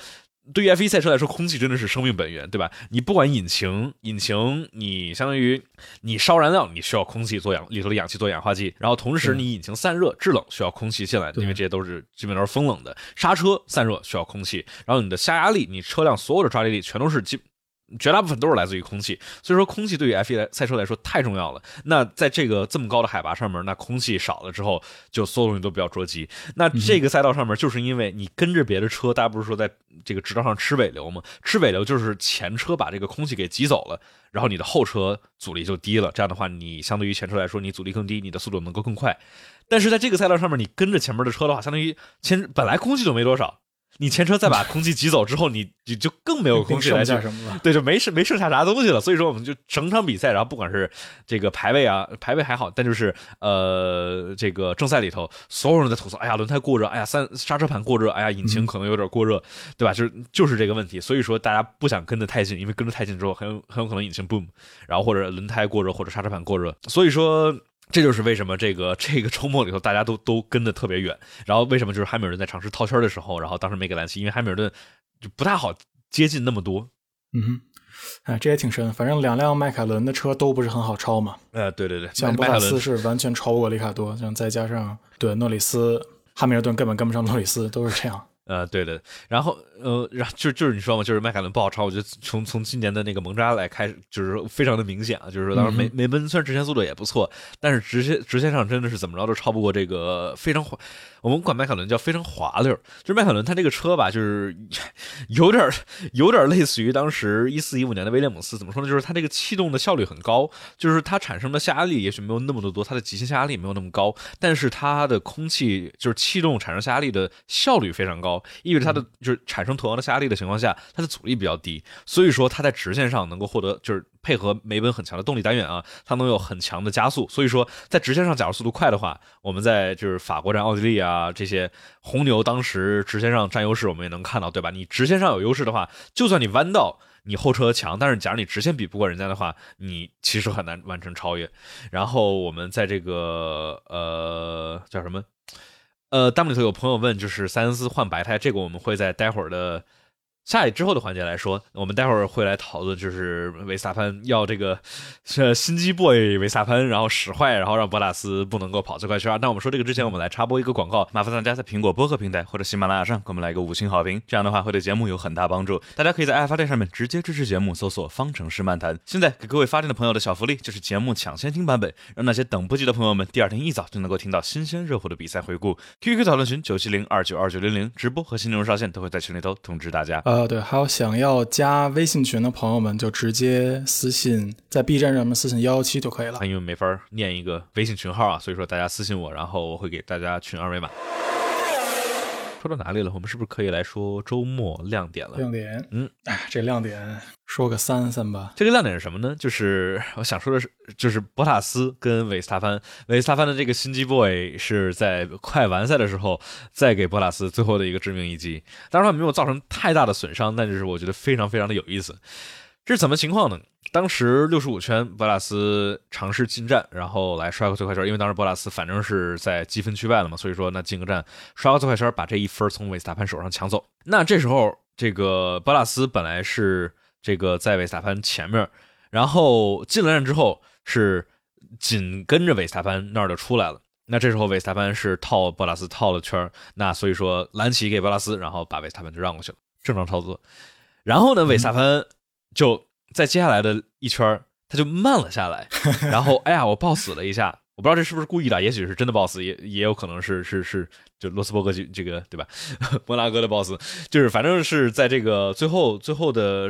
对于 F1 赛车来说，空气真的是生命本源，对吧？你不管引擎你相当于你烧燃料，你需要空气做里头的氧气做氧化剂，然后同时你引擎散热制冷需要空气进来，因为这些都是基本都是风冷的。刹车散热需要空气，然后你的下压力，你车辆所有的抓地力全都是绝大部分都是来自于空气，所以说空气对于 F1 赛车来说太重要了。那在这个这么高的海拔上面，那空气少了之后，就所有东西都比较捉急。那这个赛道上面，就是因为你跟着别的车，大家不是说在这个直道上吃尾流吗？吃尾流就是前车把这个空气给挤走了，然后你的后车阻力就低了。这样的话，你相对于前车来说，你阻力更低，你的速度能够更快。但是在这个赛道上面，你跟着前面的车的话，相当于本来空气就没多少。你前车再把空气挤走之后，你就更没有空气来剩下什么了？ 对，就没剩下啥东西了。所以说，我们就整场比赛，然后不管是这个排位还好，但就是这个正赛里头，所有人在吐槽，哎呀，轮胎过热，哎呀，刹车盘过热，哎呀，引擎可能有点过热，对吧？就是这个问题。所以说，大家不想跟得太近，因为跟得太近之后，很有可能引擎 boom， 然后或者轮胎过热，或者刹车盘过热。所以说。这就是为什么这个周末里头大家都跟得特别远，然后为什么就是汉密尔顿在尝试套圈的时候，然后当时没给蓝旗，因为汉密尔顿就不太好接近那么多。 这也挺深，反正两辆迈凯伦的车都不是很好超嘛。 对， 像博塔斯是完全超不过里卡多，像再加上对诺里斯，汉密尔顿根本跟不上诺里斯，都是这样。 对的，然后就是你说嘛，就是迈凯伦不好超，我觉得从今年的那个蒙扎来开始，就是非常的明显啊，就是说当时梅奔虽然直线速度也不错，但是直线上真的是怎么着都超不过这个非常我们管迈凯伦叫非常滑溜，就是迈凯伦它这个车吧，就是有点类似于当时14-15年的威廉姆斯，怎么说呢？就是它这个气动的效率很高，就是它产生的下压力也许没有那么多，它的极限下压力没有那么高，但是它的空气就是气动产生下压力的效率非常高，意味着它的就是产生同样的下压力的情况下，它的阻力比较低，所以说它在直线上能够获得就是配合梅奔很强的动力单元啊，它能有很强的加速，所以说在直线上假如速度快的话，我们在就是法国站、奥地利啊这些红牛当时直线上占优势，我们也能看到，对吧？你直线上有优势的话，就算你弯道你后车强，但是假如你直线比不过人家的话，你其实很难完成超越。然后我们在这个叫什么弹幕里头有朋友问，就是塞恩斯换白胎，这个我们会在待会儿的下之后的环节来说，我们待会儿会来讨论，就是维斯塔潘要这个心机 boy 维斯塔潘，然后使坏，然后让博塔斯不能够跑最快圈。但我们说这个之前，我们来插播一个广告，麻烦大家在苹果播客平台或者喜马拉雅上给我们来一个5星好评，这样的话会对节目有很大帮助。大家可以在爱发电上面直接支持节目，搜索方程式漫谈。现在给各位发电的朋友的小福利就是节目抢先听版本，让那些等不及的朋友们第二天一早就能够听到新鲜热乎的比赛回顾。QQ 讨论群970292900直播和新内容上线都会在群里头通知大家。 对，还有想要加微信群的朋友们，就直接私信在 B 站上面私信117就可以了。 因为没法念一个微信群号啊，所以说大家私信我，然后我会给大家群二维码。说到哪里了？我们是不是可以来说周末亮点了？ 亮点，这亮点说个三吧。 这个亮点是什么呢？就是我想说的是，就是博塔斯跟维斯塔潘的这个心机 boy 是在快完赛的时候再给博塔斯最后的一个致命一击。当然它没有造成太大的损伤，但是我觉得非常非常的有意思。这是怎么情况呢？当时65圈，博塔斯尝试进站，然后来刷个最快圈，因为当时博塔斯反正是在积分区外了嘛，所以说那进个站，刷个最快圈，把这一分从维斯塔潘手上抢走。那这时候，这个博塔斯本来是这个在维斯塔潘前面，然后进了站之后是紧跟着维斯塔潘那儿就出来了。那这时候维斯塔潘是套博塔斯套了圈，那所以说蓝旗给博塔斯，然后把维斯塔潘就让过去了，正常操作。然后呢，维斯塔潘就在接下来的一圈他就慢了下来，然后哎呀我抱死了一下，我不知道这是不是故意的，也许是真的抱死，也有可能是就罗斯伯格这个对吧，摩纳哥的抱死，就是反正是在这个最后的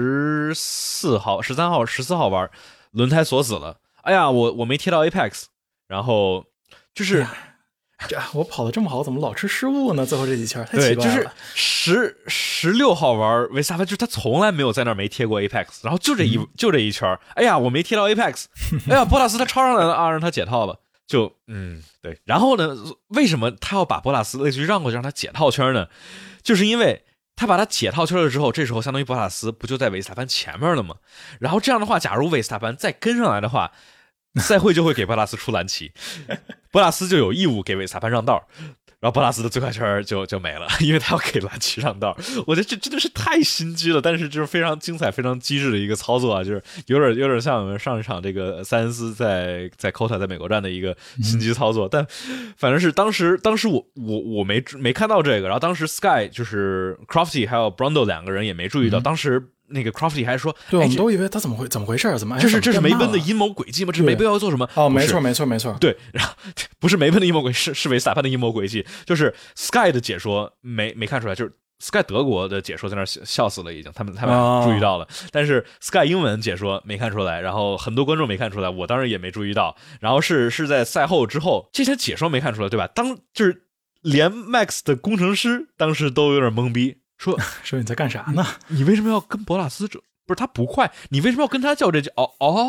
13号弯轮胎锁死了，哎呀我没贴到 Apex， 然后就是我跑得这么好，怎么老吃失误呢？最后这几圈太奇怪了。 对，就是16号弯，维斯塔潘就是他从来没有在那儿没贴过 Apex， 然后就这一圈，哎呀，我没贴到 Apex， 哎呀，博塔斯他超上来了啊，让他解套了，就对。然后呢，为什么他要把博塔斯类似于让过去让他解套圈呢？就是因为他把他解套圈了之后，这时候相当于博塔斯不就在维斯塔潘前面了吗？然后这样的话，假如维斯塔潘再跟上来的话，赛会就会给博塔斯出蓝旗，博塔斯就有义务给维斯塔潘让道。 然后博塔斯的最快圈就没了，因为他要给蓝旗让道。我觉得这真的是太心机了，但是就是非常精彩、非常机智的一个操作啊，就是有点像我们上一场这个塞恩斯在 Kota 在美国站的一个心机操作。但反正是当时我没看到这个，然后当时 Sky 就是 Crofty 还有 Brundle 两个人也没注意到，当时。那个 Crofty 还说， 对，我们都以为他怎么回事？怎么这是梅奔的阴谋诡计吗？这是梅奔要做什么？ 哦，没错。 对，然后不是梅奔的阴谋诡计，是维斯塔潘的阴谋诡计。就是 Sky 的解说没看出来，就是 Sky 德国的解说在那笑死了，已经他们注意到了，但是 Sky 英文解说没看出来，然后很多观众没看出来，我当然也没注意到。然后是在赛后之后，这些解说没看出来，对吧？就是连 Max 的工程师当时都有点懵逼。说你在干啥呢？ 你为什么要跟博塔斯不是他不快，你为什么要跟他较这句？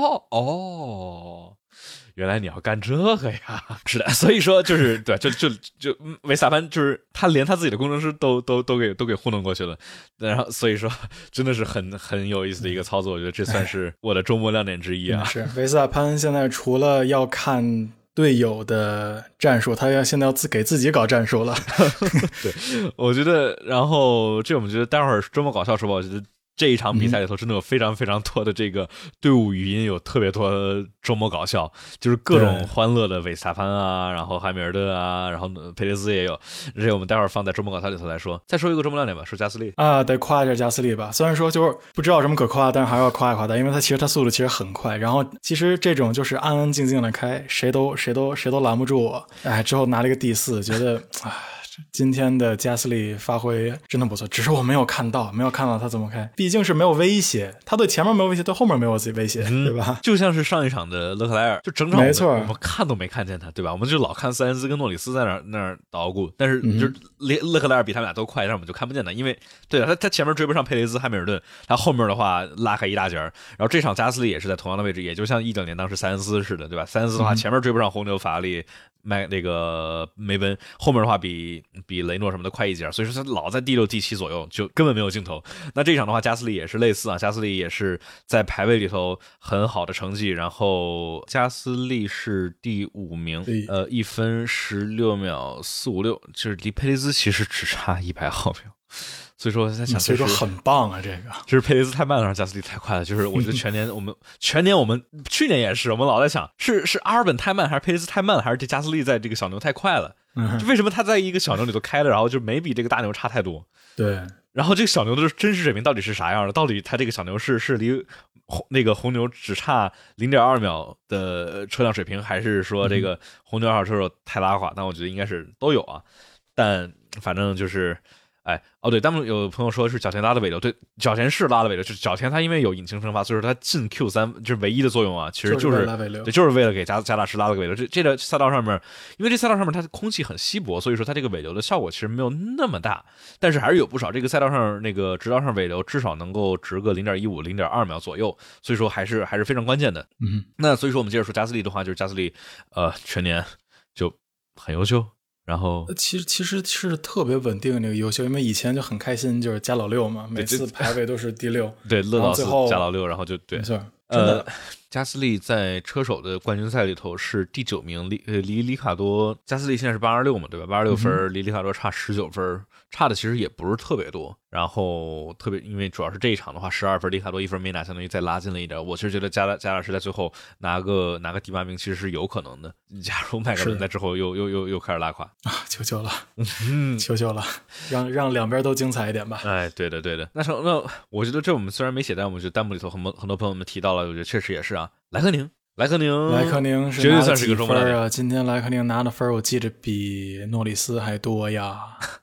原来你要干这个呀！是的，所以说就是对，就维斯塔潘就是他连他自己的工程师都给糊弄过去了，然后所以说真的是很有意思的一个操作，我觉得这算是我的周末亮点之一啊。 是维斯塔潘现在除了要看队友的战术，他现在要给自己搞战术了。 对，我觉得，然后我们觉得待会儿周末搞笑说吧，我觉得这一场比赛里头真的有非常非常多的这个队伍语音，有特别多周末搞笑，就是各种欢乐的维斯塔潘啊，然后汉密尔顿啊，然后佩雷兹也有，这些我们待会儿放在周末搞笑里头来说。再说一个周末亮点吧，说加斯利啊，得夸一下加斯利吧。虽然说就是不知道什么可夸，但是还是要夸一夸他，因为他速度其实很快，然后其实这种就是安安静静的开，谁都拦不住我。哎，之后拿了一个第4，觉得今天的加斯利发挥真的不错，只是我没有看到他怎么开，毕竟是没有威胁，他对前面没有威胁，对后面没有威胁，对吧？ 就像是上一场的勒克莱尔，就整场没错， 我们看都没看见他，对吧？我们就老看塞恩斯跟诺里斯在那儿捣鼓，但是就是勒克莱尔比他们俩都快，但是我们就看不见他，因为对啊，他前面追不上佩雷兹、汉密尔顿，他后面的话拉开一大截，然后这场加斯利也是在同样的位置，也就像19年当时塞恩斯似的，对吧？塞恩斯的话前面追不上红牛、法拉利。那个梅奔后面的话比雷诺什么的快一截，所以说他老在第6、第7左右，就根本没有镜头。那这一场的话，加斯利也是类似啊，加斯利也是在排位里头很好的成绩，然后加斯利是第5名，1分16秒456，就是离佩雷兹其实只差100毫秒。所以说我在想， 所以说很棒啊，这个就是佩雷兹太慢了，让加斯利太快了。就是我觉得全年我们去年也是，我们老在想是阿尔本太慢，还是佩雷兹太慢了，还是这加斯利在这个小牛太快了？就为什么他在一个小牛里头开了，然后就没比这个大牛差太多？ 对。 然后这个小牛的真实水平到底是啥样的？到底他这个小牛是离那个红牛只差0.2秒的车辆水平，还是说这个红牛2号车手太拉垮？但我觉得应该是都有啊。但反正就是。对，他们有朋友说是角田拉的尾流，对，角田是拉的尾流，就是角田他因为有引擎生发，所以说他进 Q3 就是唯一的作用啊，其实就是对，就是为了给加大师拉了个尾流。这个赛道上面，因为这赛道上面它的空气很稀薄，所以说它这个尾流的效果其实没有那么大，但是还是有不少。这个赛道上那个直道上尾流至少能够值个0.15、0.2秒左右，所以说还是非常关键的。那所以说我们接着说加斯利的话，就是加斯利全年就很优秀。然后其实是特别稳定那个优秀，因为以前就很开心，就是加老6嘛，每次排位都是第6， 对，勒道斯加老6，然后就对， 没错， 加斯利在车手的冠军赛里头是第9名，离里卡多，加斯利现在是86嘛，对吧？86分，离里卡多差19分，差的其实也不是特别多。然后特别因为主要是这一场的话12分，里卡多1分没拿，相当于再拉近了一点。我其实觉得加拉什在最后拿个第8名其实是有可能的。假如迈凯伦在之后又开始拉垮啊，求求了，求求了，让两边都精彩一点吧。 哎，对的。那我觉得这我们虽然没写，但我们觉得弹幕里头很多朋友们提到了，我觉得确实也是啊。莱克宁是绝对算是个中分啊！今天莱克宁拿的分，我记得比诺里斯还多呀。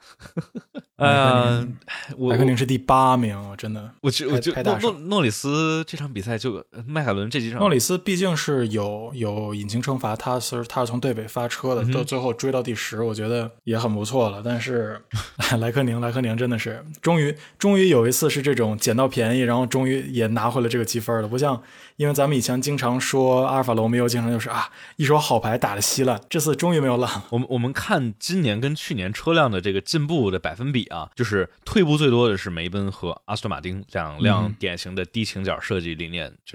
莱克宁是第8名，真的， 我就诺里斯这场比赛就迈凯伦这几场， 诺里斯毕竟是有引擎惩罚，他是从队尾发车的，到最后追到第10，我觉得也很不错了。但是莱克宁真的是终于有一次是这种捡到便宜，然后终于也拿回了这个积分了，不像因为咱们以前经常说阿尔法罗密欧经常就是一手好牌打得稀烂，这次终于没有烂。 我们看今年跟去年车辆的这个进步的百分比啊，就是退步最多的是梅奔和阿斯顿马丁2辆典型的低倾角设计理念，就是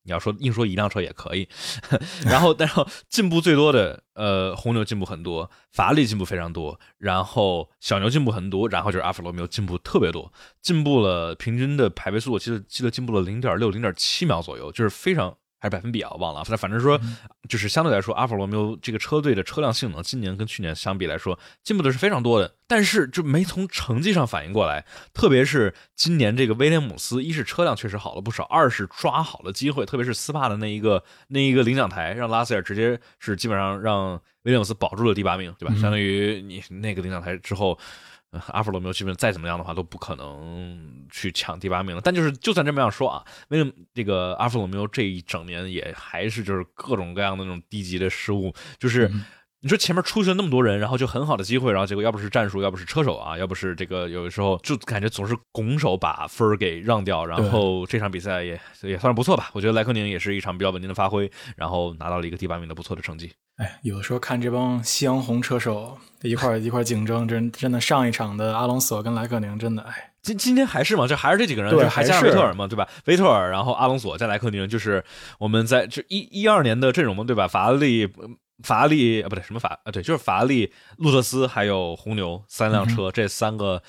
你要说硬说一辆车也可以。然后进步最多的红牛进步很多，法拉利进步非常多，然后小牛进步很多，然后就是阿尔法罗密欧进步特别多，进步了平均的排位速度记得进步了 0.6 0.7秒左右，就是非常还是百分比啊，我忘了，反正说就是相对来说，阿尔法罗密欧这个车队的车辆性能今年跟去年相比来说进步的是非常多的，但是就没从成绩上反应过来。特别是今年这个威廉姆斯，一是车辆确实好了不少，二是抓好了机会，特别是斯帕的那一个领奖台，让拉塞尔直接是基本上让威廉姆斯保住了第8名，对吧？相当于你那个领奖台之后。阿尔法罗密欧基本再怎么样的话都不可能去抢第8名了，但就算这么样说啊，为了这个阿尔法罗密欧这一整年也还是就是各种各样的那种低级的失误，就是你说前面出去了那么多人，然后就很好的机会，然后结果要不是战术，要不是车手啊，要不是这个有的时候就感觉总是拱手把分给让掉，然后这场比赛也算是不错吧，我觉得莱科宁也是一场比较稳定的发挥，然后拿到了一个第8名的不错的成绩。 哎，有的时候看这帮夕阳红车手一块竞争，真的上一场的阿隆索跟莱克宁真的哎， 今天还是嘛，就还是这几个人， 对， 就还加上维特尔嘛，对吧？维特尔，然后阿隆索加莱克宁，就是我们在就12年的阵容嘛，对吧？法拉利啊，不对，什么对，就是法拉利、路特斯还有红牛3辆车，这3个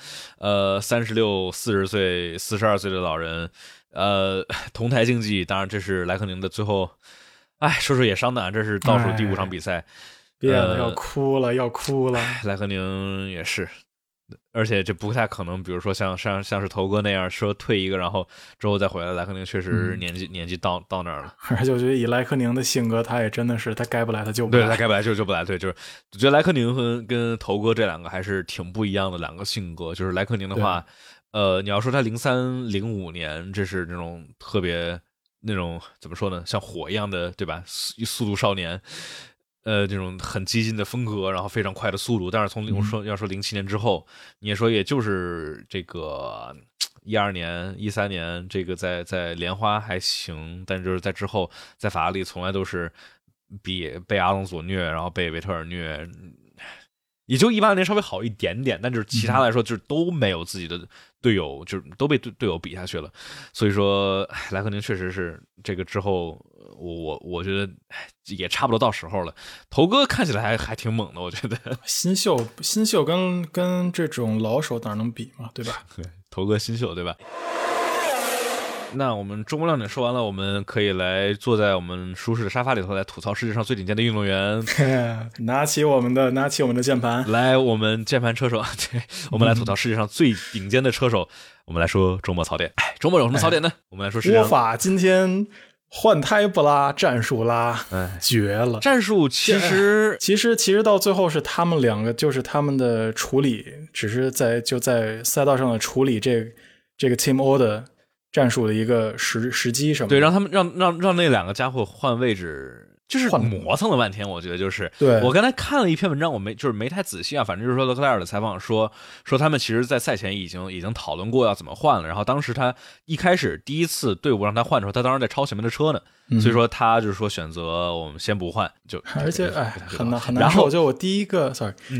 36、40岁、42岁的老人，同台竞技。当然，这是莱克宁的最后。哎，说说也伤感，这是倒数第5场比赛， 别要哭了，要哭了。 莱克宁也是，而且这不太可能，比如说像是头哥那样说退一个，然后之后再回来。莱克宁确实年纪到那儿了， 而且我觉得以莱克宁的性格，他也真的是他该不来他就不来， 对，他该不来就不来。对，就是我觉得莱克宁跟头哥这两个还是挺不一样的两个性格。就是莱克宁的话，你要说他03、05年，这是那种特别。那种怎么说呢，像火一样的，对吧？速度少年，这种很激进的风格，然后非常快的速度。但是要说07年之后，你也说也就是这个12年、13年，这个在莲花还行，但就是在之后，在法拉利从来都是被阿隆索虐，然后被维特尔虐。也就18年稍微好一点点，但就是其他来说就是都没有自己的队友，就是都被队友比下去了。所以说莱克宁确实是这个之后，我觉得也差不多到时候了。头哥看起来还挺猛的，我觉得新秀跟这种老手哪能比嘛，对吧？ 对，头哥新秀对吧？那我们中国亮点说完了，我们可以来坐在我们舒适的沙发里头来吐槽世界上最顶尖的运动员。 拿起我们的键盘， 来，我们键盘车手，对，我们来吐槽世界上最顶尖的车手。我们来说周末槽点。周末有什么槽点呢？我们来说世界上。 波法今天换胎不拉，战术拉，绝了。 战术其实到最后是他们两个，就是他们的处理，只是在赛道上的处理这个 Team Order。战术的一个时机什么的， 对，让他们让那两个家伙换位置，就是磨蹭了半天。我觉得就是对， 我刚才看了一篇文章，我没太仔细啊，反正就是说勒克莱尔的采访说他们其实在赛前已经讨论过要怎么换了，然后当时他一开始第一次队伍让他换的时候，他当时在超前面的车呢，所以说他就是说选择我们先不换， 而且很难受。就我第一个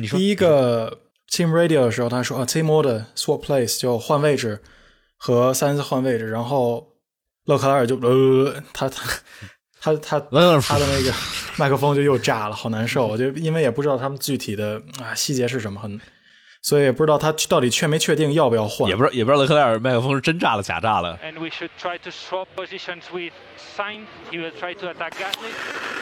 Team Radio 的时候，他说Team Order swap place 就换位置。和3次换位置，然后勒克莱尔就他的那个麦克风就又炸了，好难受。我就因为也不知道他们具体的细节是什么，所以也不知道他到底没确定要不要换， 也不知道勒克莱尔麦克风是真炸了假炸了。 And we should try to swap positions with Sainz. He will try to attack Gasly.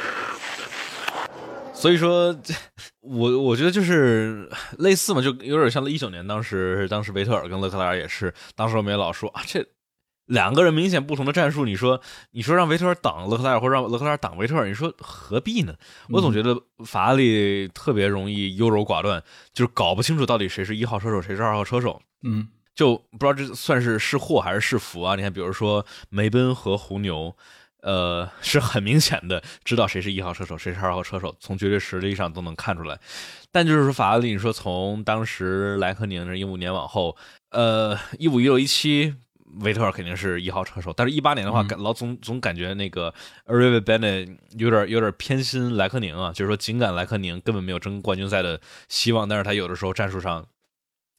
所以说，我觉得就是类似嘛，就有点像19年当时维特尔跟勒克莱尔也是，当时我们也老说这两个人明显不同的战术，你说让维特尔挡勒克莱尔，或者让勒克莱尔挡维特尔，你说何必呢？我总觉得法拉利特别容易优柔寡断，就是搞不清楚到底谁是1号车手，谁是2号车手。就不知道这算是祸还是是福啊？你看，比如说梅奔和红牛。是很明显的知道谁是1号车手，谁是2号车手，从绝对实力上都能看出来。但就是说法拉利，你说从当时莱克宁是15年往后，15、16、17，维特尔肯定是1号车手，但是18年的话，总感觉那个 Arriva Bennett 有点偏心莱克宁啊，就是说尽管莱克宁根本没有争冠军赛的希望，但是他有的时候战术上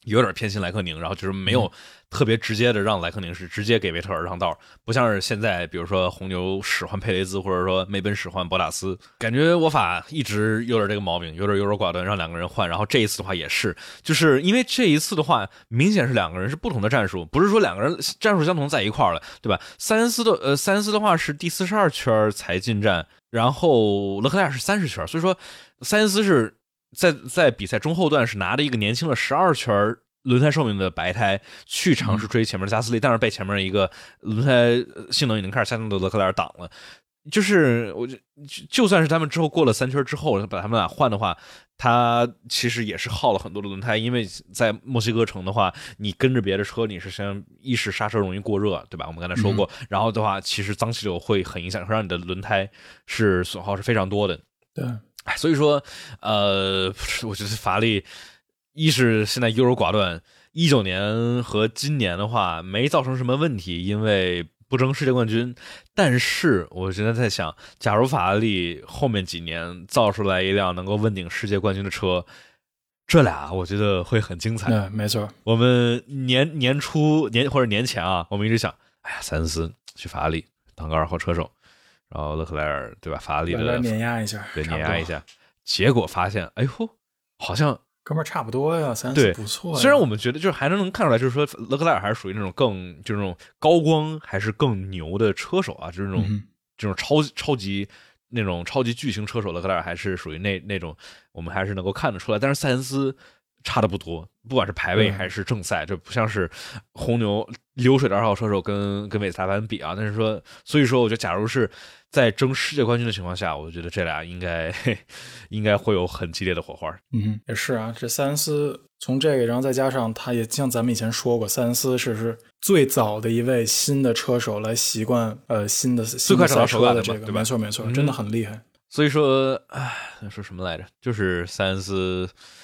有点偏心莱克宁，然后就是没有特别直接的让莱克宁是直接给维特尔让道，不像是现在比如说红牛使唤佩雷兹，或者说梅奔使唤博塔斯，感觉沃法一直有点这个毛病，有点优柔寡断，让两个人换。然后这一次的话也是，就是因为这一次的话明显是两个人是不同的战术，不是说两个人战术相同在一块了，对吧？塞恩斯的话是第42圈才进站，然后勒克莱尔是30圈，所以说塞恩斯是在比赛中后段是拿着一个年轻的12圈轮胎寿命的白胎去尝试追前面的加斯利，但是被前面一个轮胎性能已经开始下降的勒克莱尔挡了。就是就算是他们之后过了3圈之后把他们俩换的话，他其实也是耗了很多的轮胎，因为在墨西哥城的话，你跟着别的车，你是像一是刹车容易过热，对吧？我们刚才说过，然后的话，其实脏气流会很影响，会让你的轮胎是损耗是非常多的。 对， 所以说，我觉得法拉利一是现在优柔寡断，19年和今年的话没造成什么问题，因为不争世界冠军。但是我现在在想，假如法拉利后面几年造出来一辆能够问鼎世界冠军的车，这俩我觉得会很精彩。 对，没错。 我们年初或者年前啊，我们一直想，哎呀，塞恩斯去法拉利当个2号车手，然后勒克莱尔对吧？法拉利的碾压一下， 对，碾压一下。结果发现，哎呦，好像哥们儿差不多呀，塞恩斯不错呀。 虽然我们觉得就是还能看出来，就是说勒克莱尔还是属于那种就是那种高光还是更牛的车手啊，就是这种超级那种超级巨星车手，勒克莱尔还是属于那种我们还是能够看得出来。但是塞恩斯差的不多，不管是排位还是正赛，就不像是红牛流水的2号车手跟维斯塔潘比啊。但是说，所以说我觉得假如是在争世界冠军的情况下，我觉得这俩应该会有很激烈的火花。 也是啊，这塞恩斯从这个，然后再加上他也像咱们以前说过，塞恩斯是最早的一位新的车手来习惯新的赛车的这个，没错没错，真的很厉害。 所以说，说什么来着？就是塞恩斯，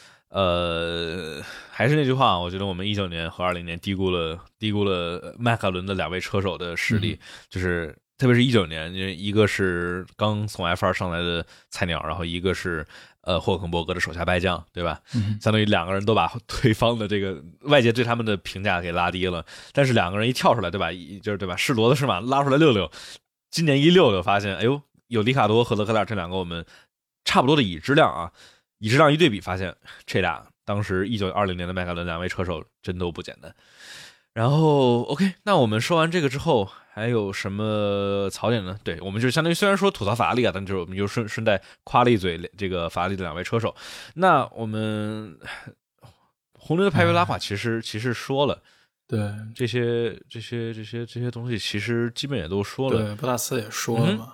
还是那句话，我觉得我们19年和20年低估了迈凯伦的2位车手的实力，就是特别是19年，因为一个是刚从 F2 上来的菜鸟，然后一个是霍肯伯格的手下败将，对吧？相当于2个人都把对方的这个外界对他们的评价给拉低了，但是2个人一跳出来，对吧？就是对吧？是骡子是马，拉出来溜，今年一溜发现，哎呦，有里卡多和勒克莱尔这2个我们差不多的已知量啊，已知量一对比，发现这俩当时19、20年的迈凯伦2位车手真都不简单。然后 OK， 那我们说完这个之后还有什么槽点呢？对，我们就相当于虽然说吐槽法拉利啊，但就是我们就顺带夸了一嘴这个法拉利的2位车手。那我们红牛的排位拉垮其实说了， 对， 这些东西其实基本也都说了。 对，博塔斯也说了嘛。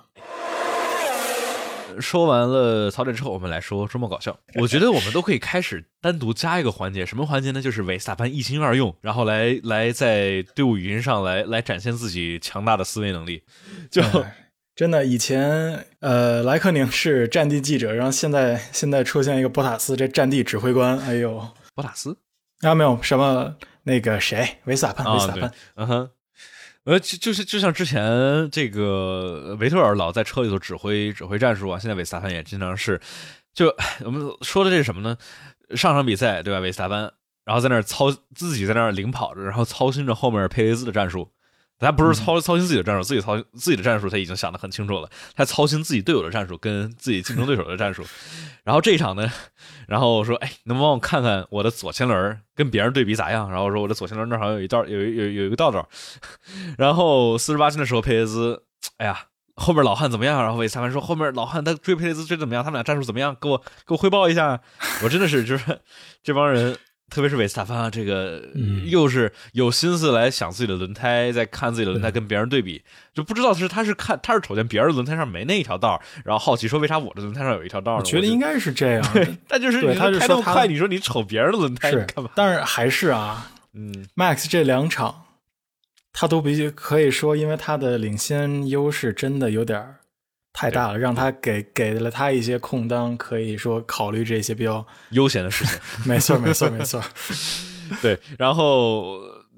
说完了槽点之后，我们来说周末搞笑。我觉得我们都可以开始单独加一个环节，什么环节呢？就是维斯塔潘一心二用，然后来在队伍语音上来展现自己强大的思维能力。就真的，以前莱克宁是战地记者，然后现在出现一个博塔斯，这战地指挥官。哎呦， 博塔斯啊，没有什么那个谁，维斯塔潘，维斯塔潘。 就像之前这个维特尔老在车里头指挥战术啊，现在维斯塔潘也经常是，就我们说的这是什么呢？上场比赛对吧？维斯塔潘然后在那儿自己在那儿领跑着，然后操心着后面佩雷兹的战术。他不是操心自己的战术，自己的战术他已经想得很清楚了，他操心自己队友的战术跟自己竞争对手的战术。然后这一场呢，然后说，哎，能帮我看看我的左前轮跟别人对比咋样？然后说我的左前轮那好像有一个道道。然后48圈的时候，佩雷兹，哎呀，后面老汉怎么样？然后维斯塔潘说后面老汉他追佩雷兹追怎么样？他们俩战术怎么样？给我汇报一下。我真的是就是这帮人。特别是维斯塔潘啊，这个又是有心思来想自己的轮胎，在看自己的轮胎跟别人对比，就不知道他是瞅见别人的轮胎上没那一条道，然后好奇说为啥我的轮胎上有一条道呢？ 我觉得应该是这样， 但就是你开那么快，你说你瞅别人的轮胎干嘛？ 但是还是啊，Max 这2场他都可以说，因为他的领先优势真的有点太大了，让他给了他一些空当，可以说考虑这些比较悠闲的事情。 没错。 对，然后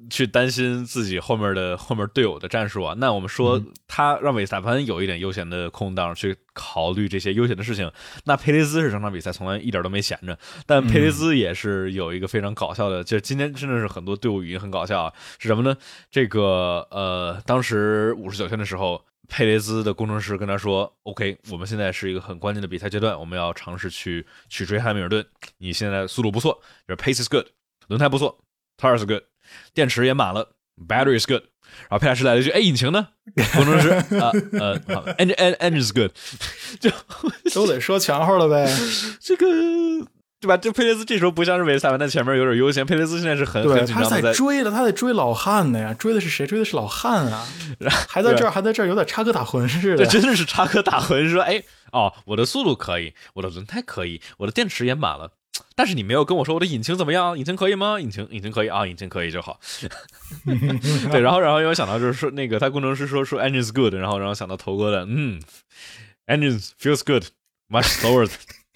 去担心自己后面队友的战术啊。那我们说他让维斯塔潘有一点悠闲的空档去考虑这些悠闲的事情，那佩雷兹是整场比赛从来一点都没闲着，但佩雷兹也是有一个非常搞笑的，就是今天真的是很多队伍语音很搞笑啊，是什么呢？这个当时59圈的时候，佩雷兹的工程师跟他说 OK， 我们现在是一个很关键的比赛阶段，我们要尝试去追汉密尔顿，你现在速度不错，就是 pace is good， 轮胎不错， tires is good， 电池也满了， battery is good， 然后佩莱士来了一句引擎呢？工程师engine is good， 就都得说全乎了呗。 这个对吧？这佩雷兹这时候不像是维斯塔潘在前面有点悠闲，佩雷兹现在是很紧张的， 他在追了，他在追老汉的呀，追的是谁？追的是老汉啊，还在这儿有点插科打诨似的。 对，真的是插科打诨，说我的速度可以，我的轮胎可以，我的电池也满了，但是你没有跟我说我的引擎怎么样？引擎可以吗？引擎可以啊，引擎可以就好。对，然后因为想到就是说那个他工程师说 engine is good， 然后想到头哥的engine feels good much slower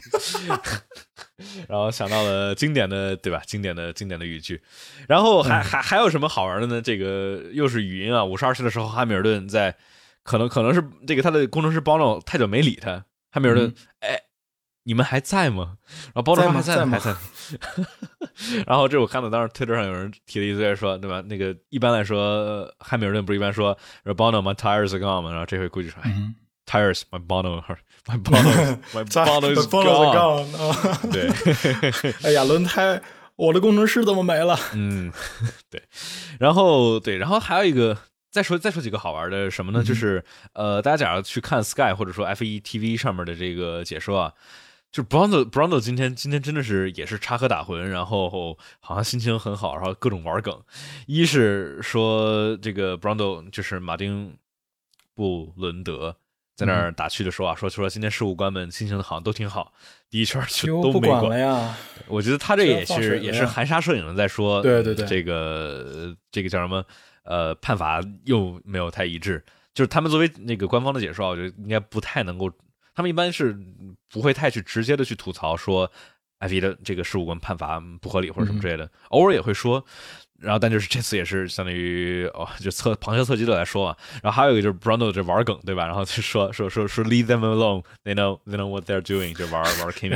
然后想到了经典的对吧？经典的语句。然后还有什么好玩的呢？这个又是语音啊，52圈的时候汉密尔顿在可能是这个他的工程师包诺太久没理他，汉密尔顿你们还在吗？然后包诺还在。然后这我看到当时推特上有人提了一堆说，对吧？那个一般来说汉密尔顿不是一般说 Bono my tires are gone 吗？然后这回估计说tires my Bono is gone 对哎呀轮胎我的工程师怎么没了？ 对。然后还有一个再说几个好玩的什么呢？就是大家假如去看 Sky 或者说 F1 TV 上面的这个解说啊，就是 Brando 今天真的是也是插科打诨，然后好像心情很好，然后各种玩梗。一是说这个 Brando 就是马丁布伦德在那儿打趣的说说今天事务官们心情好像都挺好，第一圈就都没管了呀。 我觉得他这也是含沙射影的在说， 对， 这个叫什么判罚又没有太一致，就是他们作为那个官方的解说，我觉得应该不太能够，他们一般是不会太去直接的去吐槽说 F1 的这个事务官判罚不合理或者什么之类的，偶尔也会说。然后，但就是这次也是相当于就旁敲侧击的来说嘛。然后还有一个就是 Brando 这玩梗，对吧？然后就说 leave them alone， they know what they're doing， 就玩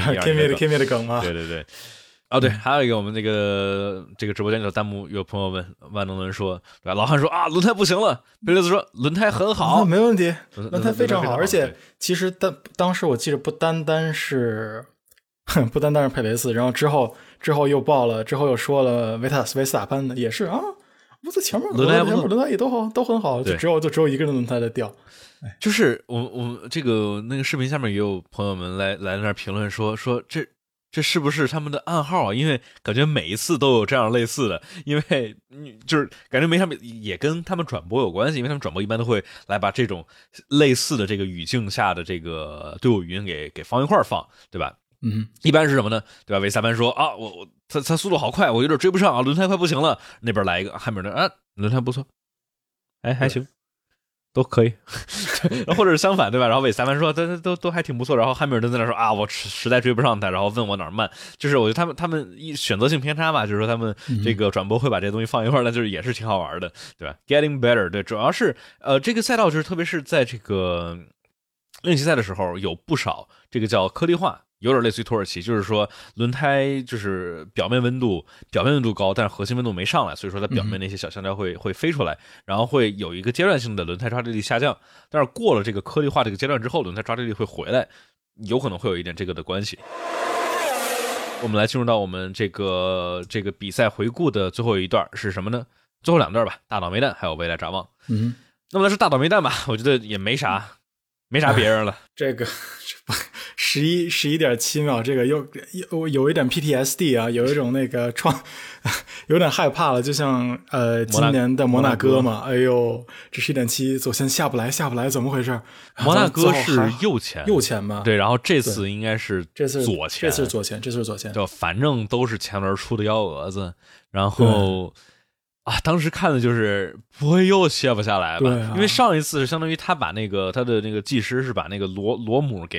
Kimi 的梗嘛。 对。对，还有一个我们这个直播间的弹幕有朋友问万能轮说，对吧？老汉说轮胎不行了，佩雷兹说轮胎很好， 没问题，轮胎非常好，而且其实当时我记得不单单是佩雷斯，然后之后又爆了，之后又说了维斯塔潘的也是啊，我在前面轮胎也都好，都很好，就只有一个人轮胎在掉。 就是我这个那个视频下面也有朋友们来那儿评论说这是不是他们的暗号啊？因为感觉每一次都有这样类似的，因为就是感觉没啥也跟他们转播有关系，因为他们转播一般都会来把这种类似的这个语境下的这个队伍语音给放一块放，对吧？一般是什么呢？对吧？维斯塔潘说他速度好快，我有点追不上啊，轮胎快不行了。那边来一个汉密尔顿轮胎不错，还行，都可以。或者是相反，对吧？然后维斯塔潘说都还挺不错，然后汉密尔顿在那说我实在追不上他，然后问我哪儿慢。就是我觉得他们选择性偏差吧，就是说他们这个转播会把这些东西放一块儿，但就是也是挺好玩的，对吧 ？Getting better， 对，主要是这个赛道就是特别是在这个练习赛的时候，有不少这个叫颗粒化。有点类似于土耳其，就是说轮胎就是表面温度高，但是核心温度没上来，所以说它表面那些小橡胶会飞出来，然后会有一个阶段性的轮胎抓地力下降。但是过了这个颗粒化这个阶段之后，轮胎抓地力会回来，有可能会有一点这个的关系。我们来进入到我们这个比赛回顾的最后一段是什么呢？最后两段吧，大倒霉蛋还有未来展望。那么来说大倒霉蛋吧，我觉得也没啥别人了。 这个11.7秒，这个有一点 PTSD 啊，有一种那个有点害怕了，就像今年的摩纳哥嘛，哎呦，这11.7左前下不来，怎么回事？ 摩纳哥是右前吧？ 对，然后这次应该是左前， 这次是左前， 就反正都是前轮出的幺蛾子，然后。当时看的就是不会又卸不下来吧？因为上一次是相当于他把他的那个技师是把那个螺母给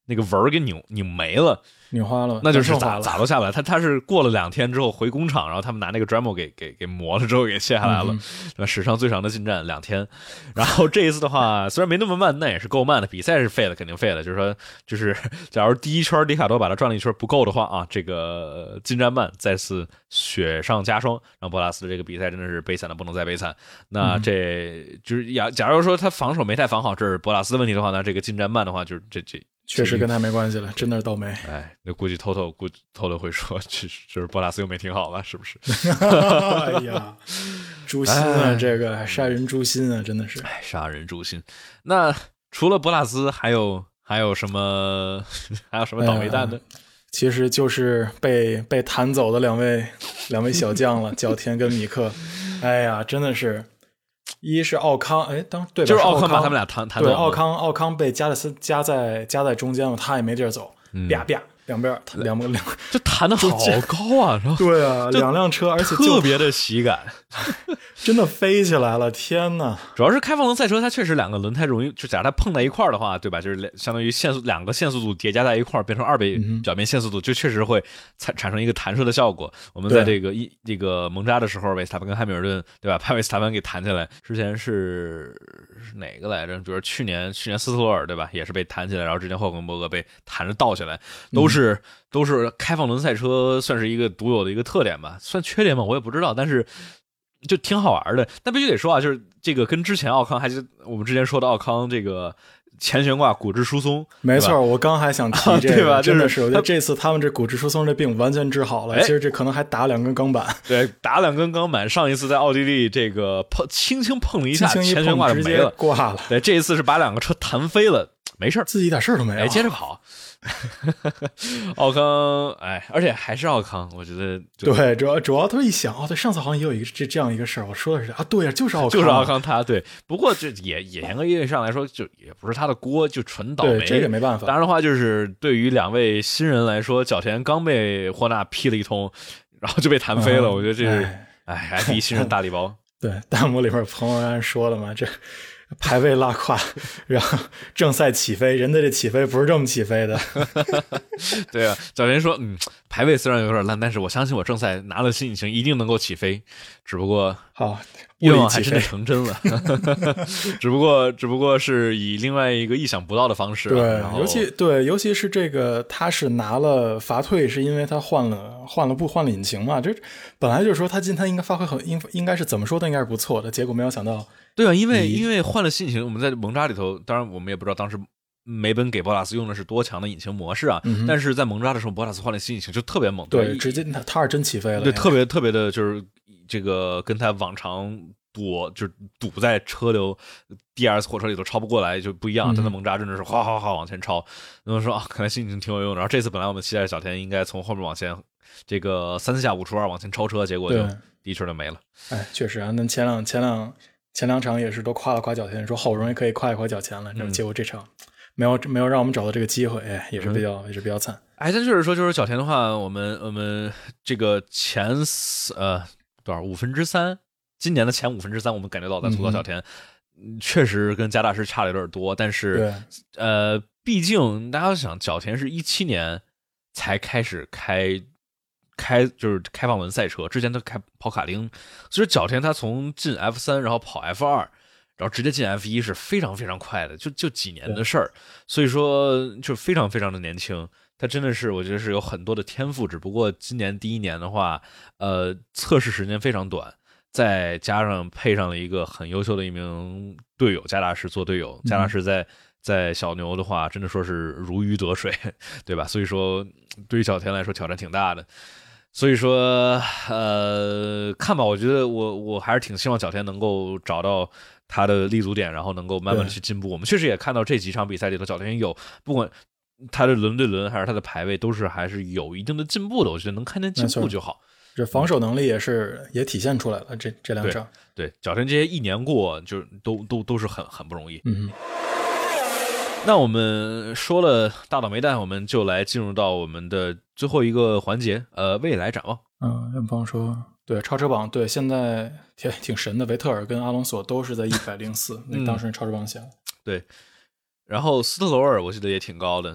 那个纹给拧没了， 拧花了， 那就是咋都下不来。他是过了2天之后回工厂，然后他们拿那个 Dremel 给磨了之后给卸下来了，史上最长的进站2天。然后这一次的话，虽然没那么慢，那也是够慢的。比赛是废了，肯定废了。就是说，就是假如第一圈里卡多把他转了一圈不够的话啊，这个进站慢再次雪上加霜，让博拉斯的这个比赛真的是悲惨的不能再悲惨。那这就是假如说他防守没太防好，这是博拉斯的问题的话，那这个进站慢的话，就是这确实跟他没关系了，真的是倒霉。 哎，那估计偷偷会说，就是博拉斯又没挺好吧，是不是？ 哎呀，诛心啊，这个杀人诛心啊，真的是。 杀人诛心。那除了博拉斯，还有什么倒霉蛋呢？ 其实就是被弹走的两位小将了，角田跟米克。哎呀，真的是。一是奥康，哎，对吧？ 就是奥康把他们俩弹走。 对，奥康被夹在中间了，他也没地儿走，啪啪两边两就弹的好高啊！ 对啊，2辆车，而且特别的喜感， 真的飞起来了！天哪！ 主要是开放轮赛车，它确实2个轮胎容易，就假如它碰在一块儿的话，对吧？就是相当于2个限速度叠加在一块儿，变成2倍表面限速度，就确实会产生一个弹射的效果。我们在这个蒙扎的时候，维斯塔潘跟汉密尔顿，对吧？把维斯塔潘给弹起来。之前是哪个来着？比如去年斯特罗尔，对吧？也是被弹起来，然后之前霍肯伯格被弹着倒起来，都是开放轮赛车算是一个独有的一个特点吧，算缺点吗？我也不知道，但是就挺好玩的。但必须得说啊，就是这个跟之前奥康，还是我们之前说的奥康这个前悬挂骨质疏松， 没错，我刚还想提这个， 对吧？ 真的是，我觉得这次他们这骨质疏松这病完全治好了。其实这可能还打2根钢板， 对，打2根钢板。上一次在奥地利这个轻轻碰了一下，前悬挂就没了， 挂了。 对，这一次是把2个车弹飞了，没事， 自己一点事都没有， 接着跑。奥康，而且还是奥康，我觉得对，主要他一想，对，上次好像也有一个这样一个事儿，我说的是啊，对呀，就是奥康他，对。不过这也严格意义上来说，就也不是他的锅，就纯倒霉， 这个没办法。 当然的话，就是对于2位新人来说，角田刚被霍纳批了一通，然后就被弹飞了，我觉得这是还比新人大礼包。 对，弹幕里边朋友刚才说了嘛，这排位拉胯，然后正赛起飞，人家这起飞不是这么起飞的。 对啊，角田说，排位虽然有点烂，但是我相信我正赛拿了新引擎一定能够起飞，只不过好愿望还真的成真了。只不过是以另外一个意想不到的方式。 对，尤其是这个他是拿了罚退，是因为他换了引擎嘛，这本来就是说他应该发挥应该是怎么说都应该是不错的，结果没有想到。 对啊，因为换了新引擎，我们在蒙扎里头，当然我们也不知道当时梅奔给博拉斯用的是多强的引擎模式啊，但是在蒙扎的时候，博拉斯换了新引擎就特别猛， 对，直接他是真起飞了， 对，特别的就是这个跟他往常堵在车流 DRS 火车里头超不过来就不一样，他的蒙扎真的是哗哗哗往前超，然后说啊，看来新引擎挺有用的。然后这次本来我们期待小田应该从后面往前这个3下5除2往前超车，结果就第一圈就没了。 确实啊，那前两场也是都夸了夸角田，说好不容易可以夸一夸角田了，结果这场没有让我们找到这个机会，也是比较惨。 但就是说，就是角田的话，我们这个前多少3/5，今年的前3/5，我们感觉到在吐槽角田，确实跟加大师差的有点多，但是毕竟大家想，角田是17年才开始就是开放轮赛车，之前他跑卡丁，所以角田他从进 F3 然后跑 F2， 然后直接进 F1 是非常非常快的，就几年的事儿，所以说就非常非常的年轻，他真的是我觉得是有很多的天赋，只不过今年第1年的话，测试时间非常短，再加上配上了一个很优秀的一名队友加大师做队友，加大师在小牛的话，真的说是如鱼得水，对吧？所以说对于角田来说挑战挺大的。所以说，看吧，我觉得我还是挺希望角田能够找到他的立足点，然后能够慢慢的去进步。我们确实也看到这几场比赛里头，角田有不管他的轮对轮还是他的排位，都是还是有一定的进步的。我觉得能看见进步就好。 这防守能力也体现出来了。这2场， 对角田这些1年过，就都是很不容易。那我们说了大倒霉蛋，我们就来进入到我们的最后一个环节，未来展望。 有朋友说，对超车榜，对现在挺神的，维特尔跟阿隆索都是在104，那当时超车榜写了。 对，然后斯特罗尔我记得也挺高的，但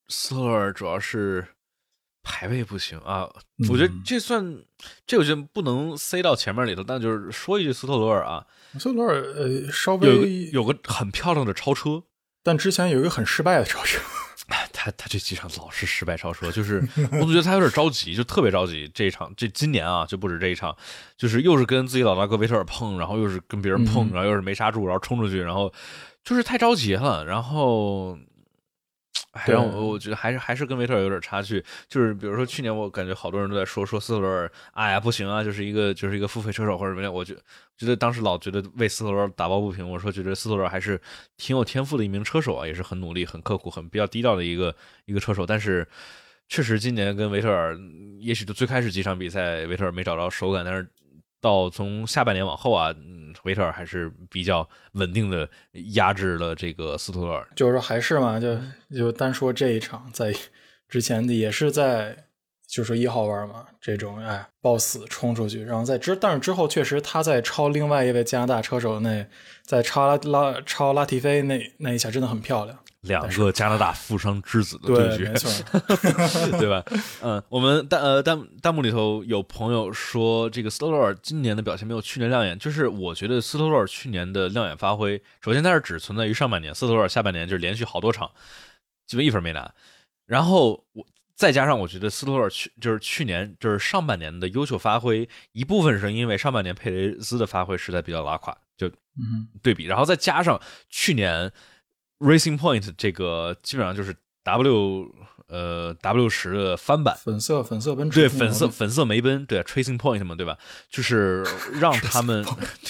斯托勒尔主要是排位不行啊，我觉得这我觉得不能塞到前面里头，但就是说一句斯托勒尔啊， 斯托勒尔稍微有个很漂亮的超车， 但之前有一个很失败的超车。 他这几场老是失败超车，就是我总觉得他有点着急，就特别着急。这一场今年啊，就不止这一场，就是又是跟自己老大哥维特尔碰，然后又是跟别人碰，然后又是没刹住，然后冲出去，然后就是太着急了，然后。让我觉得还是跟维特尔有点差距，就是比如说去年我感觉好多人都在说斯特罗尔，哎呀不行啊，就是一个付费车手或者什么样，我觉得当时老觉得为斯特罗尔打抱不平，我说觉得斯特罗尔还是挺有天赋的一名车手啊，也是很努力、很刻苦、很比较低调的一个车手，但是确实今年跟维特尔，也许就最开始几场比赛维特尔没找着手感，但是到从下半年往后啊，维特尔还是比较稳定的压制了这个斯托勒尔。 就是说还是嘛，就单说这一场，在之前的也是在就是1号弯嘛，这种抱死冲出去，然后但是之后确实他在超另外一位加拿大车手在超拉提菲那一下真的很漂亮。 两个加拿大富商之子的对决， 对，没错， 对吧？我们弹幕里头有朋友说，这个斯托勒尔今年的表现没有去年亮眼，就是我觉得斯托勒尔去年的亮眼发挥，首先它是只存在于上半年，斯托勒尔下半年就是连续好多场基本1分没拿，然后再加上我觉得斯托勒尔去年就是上半年的优秀发挥，一部分是因为上半年佩雷兹的发挥实在比较拉垮，就对比，然后再加上去年。Racing Point 这个基本上就是 W10 的翻版， 粉色奔驰， 对，粉色梅奔，对 ，Racing Point 嘛，对吧？就是让他们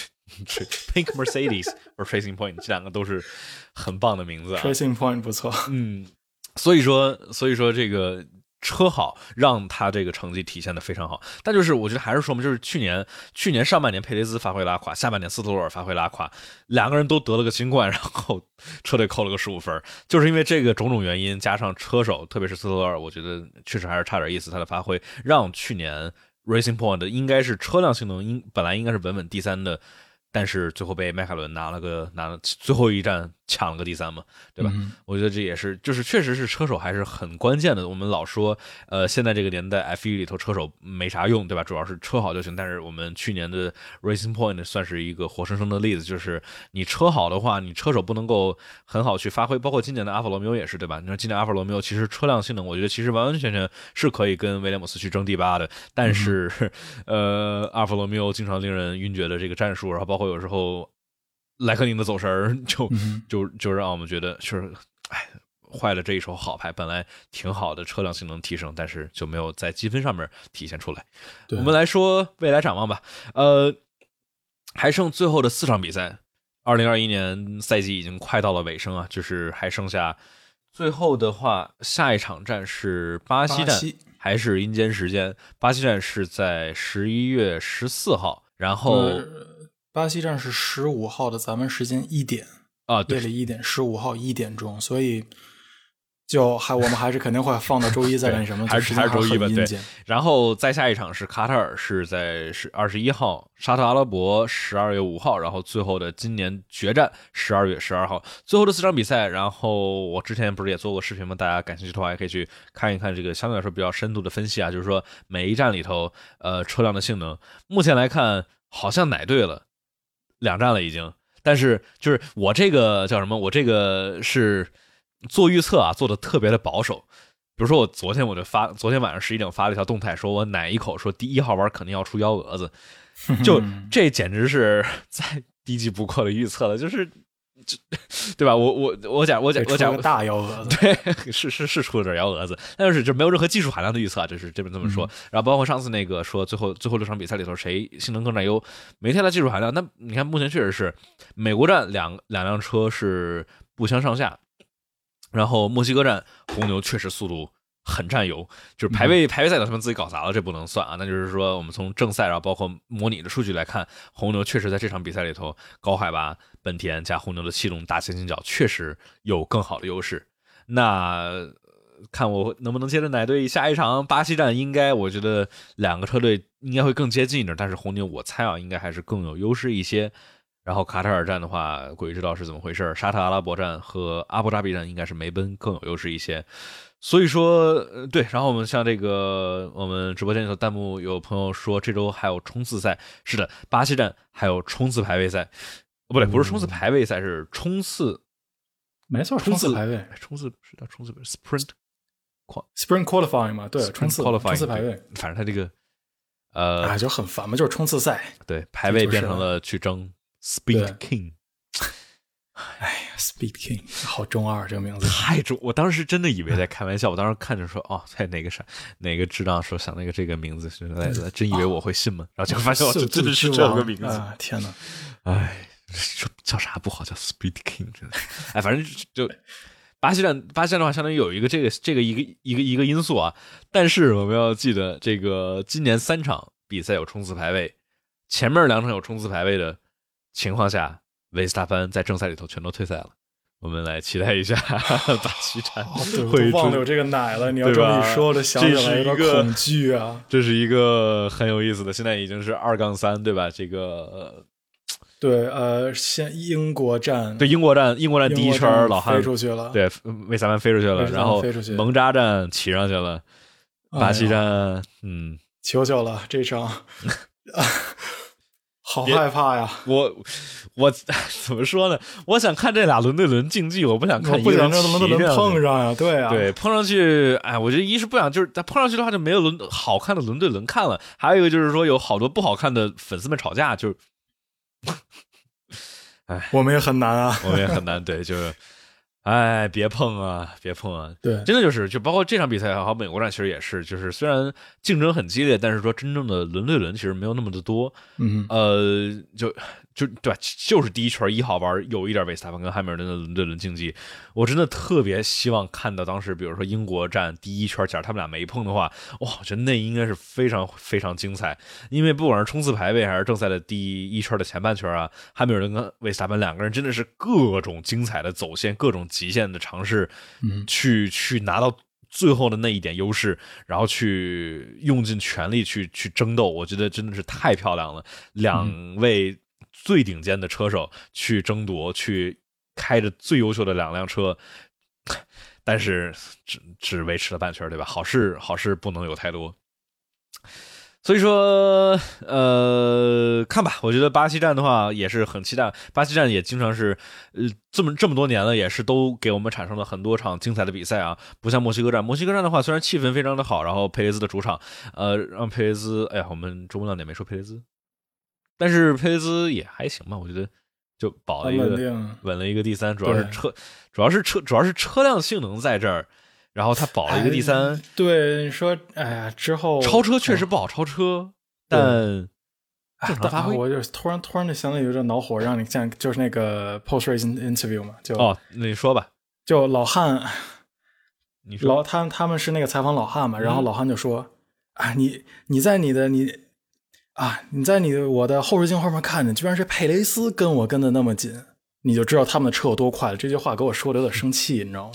Pink Mercedes 或者 Racing Point 这两个都是很棒的名字啊 ，Racing Point 不错， 所以说这个。车好，让他这个成绩体现的非常好，但就是我觉得还是说嘛，就是去年上半年佩雷兹发挥拉垮，下半年斯托勒尔发挥拉垮，两个人都得了个新冠，然后车队扣了个15分，就是因为这个种种原因，加上车手，特别是斯托勒尔，我觉得确实还是差点意思，他的发挥让去年 Racing Point 应该是车辆性能本来应该是稳稳第3的。但是最后被迈凯伦拿了最后一站抢了个第3嘛，对吧？我觉得这也是，就是确实是车手还是很关键的。我们老说，现在这个年代 F1 里头车手没啥用，对吧？主要是车好就行。但是我们去年的 Racing Point 算是一个活生生的例子，就是你车好的话，你车手不能够很好去发挥。包括今年的阿法罗密欧也是，对吧？你说今年阿法罗密欧其实车辆性能，我觉得其实完完全全是可以跟威廉姆斯去争第8的。但是，阿法罗密欧经常令人晕厥的这个战术，然后包括有时候莱克宁的走神就让我们觉得就是坏了这一手好牌，本来挺好的车辆性能提升，但是就没有在积分上面体现出来。我们来说未来展望吧，还剩最后的4场比赛，2021年赛季已经快到了尾声啊，就是还剩下最后的话，下一场战是巴西站，还是阴间时间？巴西站是在11月14号，然后。 巴西站是15号的咱们时间1点啊，对， 夜里1点，15号1点钟，所以我们还是肯定会放到周一再干什么， 还是周一吧，对。然后再下一场是卡塔尔，是在21号，沙特阿拉伯12月5号，然后最后的今年决战12月12号，最后的4场比赛。然后我之前不是也做过视频吗？大家感兴趣的话，也可以去看一看这个相对来说比较深度的分析啊，就是说每一站里头车辆的性能，目前来看好像奶对了。2站了已经，但是就是我这个叫什么？我这个是做预测啊，做的特别的保守。比如说我昨天晚上11点发了一条动态，说我奶一口说第1号弯肯定要出幺蛾子，就这简直是再低级不过的预测了，就是对吧？我讲个大幺蛾子， 对，是出了点幺蛾子，但是就没有任何技术含量的预测，就是这么说。然后包括上次那个说最后6场比赛里头谁性能更占优，没太大技术含量。那你看目前确实是美国站两辆车是不相上下，然后墨西哥站红牛确实速度很占油，就是排位赛的他们自己搞砸了，这不能算啊。那就是说我们从正赛然后包括模拟的数据来看，红牛确实在这场比赛里头高海拔本田加红牛的气动大前倾角确实有更好的优势。那看我能不能接着奶队下一场巴西站，应该我觉得2个车队应该会更接近一点，但是红牛我猜啊应该还是更有优势一些。然后卡塔尔站的话，鬼知道是怎么回事。沙特阿拉伯站和阿布扎比站应该是梅奔更有优势一些。 所以说，对，然后我们像这个，我们直播间里头弹幕有朋友说这周还有冲刺赛，是的，巴西站还有冲刺排位赛，不对，不是冲刺排位赛，是冲刺， 没错，冲刺排位， 冲刺是叫冲刺 sprint qualifying 嘛，对，冲刺排位， 反正他这个就很烦嘛，就是冲刺赛， 对，排位变成了去争 Speed King。 哎呀 ，Speed King 好中二，这个名字太中，我当时真的以为在开玩笑，我当时看着说，哦，在哪个智障说想那个这个名字，真以为我会信吗？然后就发现我真的是这个名字， 天哪！ 哎，说叫啥不好，叫 Speed King， 真的，哎，反正就巴西站的话，相当于有一个这个一个因素啊，但是我们要记得，这个今年3场比赛有冲刺排位，前面2场有冲刺排位的情况下。维斯塔潘在正赛里头全都退赛了，我们来期待一下巴西站会忘了有这个奶了。你要这么一说，我就想起来有点恐惧啊。 这是一个很有意思的，现在已经是2-3，对吧？这个对，先英国站， 对英国站第一圈老汉飞出去了， 对维斯塔潘飞出去了，然后蒙扎站骑上去了，巴西站求求了这场。好害怕呀！ 我怎么说呢？我想看这俩轮对轮竞技，我不想看一个人骑能碰上呀。对啊， 对，碰上去，哎，我觉得一是不想，就是他碰上去的话就没有好看的轮对轮看了。还有一个就是说有好多不好看的粉丝们吵架，就是，哎， 我们也很难啊， 我们也很难，对，就是。哎，别碰啊！ 对， 真的就包括这场比赛，好，美国站其实也是，就是虽然竞争很激烈，但是说真正的轮对轮其实没有那么的多。就对吧？就是第一圈1号弯有一点维斯塔潘跟汉密尔顿的轮对轮竞技，我真的特别希望看到当时，比如说英国站第一圈，假如他们俩没碰的话，哇，我觉得那应该是非常非常精彩。因为不管是冲刺排位还是正赛的第一圈的前半圈啊，汉密尔顿跟维斯塔潘2个人真的是各种精彩的走线，各种极限的尝试，去拿到最后的那一点优势，然后去用尽全力去争斗，我觉得真的是太漂亮了。2位最顶尖的车手去争夺，去开着最优秀的2辆车，但是只维持了半圈，对吧？好事不能有太多。所以说，看吧，我觉得巴西站的话也是很期待。巴西站也经常是，这么多年了，也是都给我们产生了很多场精彩的比赛啊。不像墨西哥站，墨西哥站的话，虽然气氛非常的好，然后佩雷兹的主场，让佩雷兹，哎呀，我们周末亮点没说佩雷兹，但是佩雷兹也还行吧，我觉得就保了一个稳了一个第3，主要是车辆性能在这儿。然后他保了一个第3， 对你说，哎呀，之后超车确实不好超车，但正常发挥。 我就突然就想到有点恼火，让你像就是那个 post race interview 嘛，就那你说吧， 就老汉， 你说他们是那个采访老汉嘛，然后老汉就说，啊，你在我的后视镜后面看着，居然是佩雷斯跟我跟的那么紧，你就知道他们的车有多快了。这句话给我说的有点生气，你知道吗？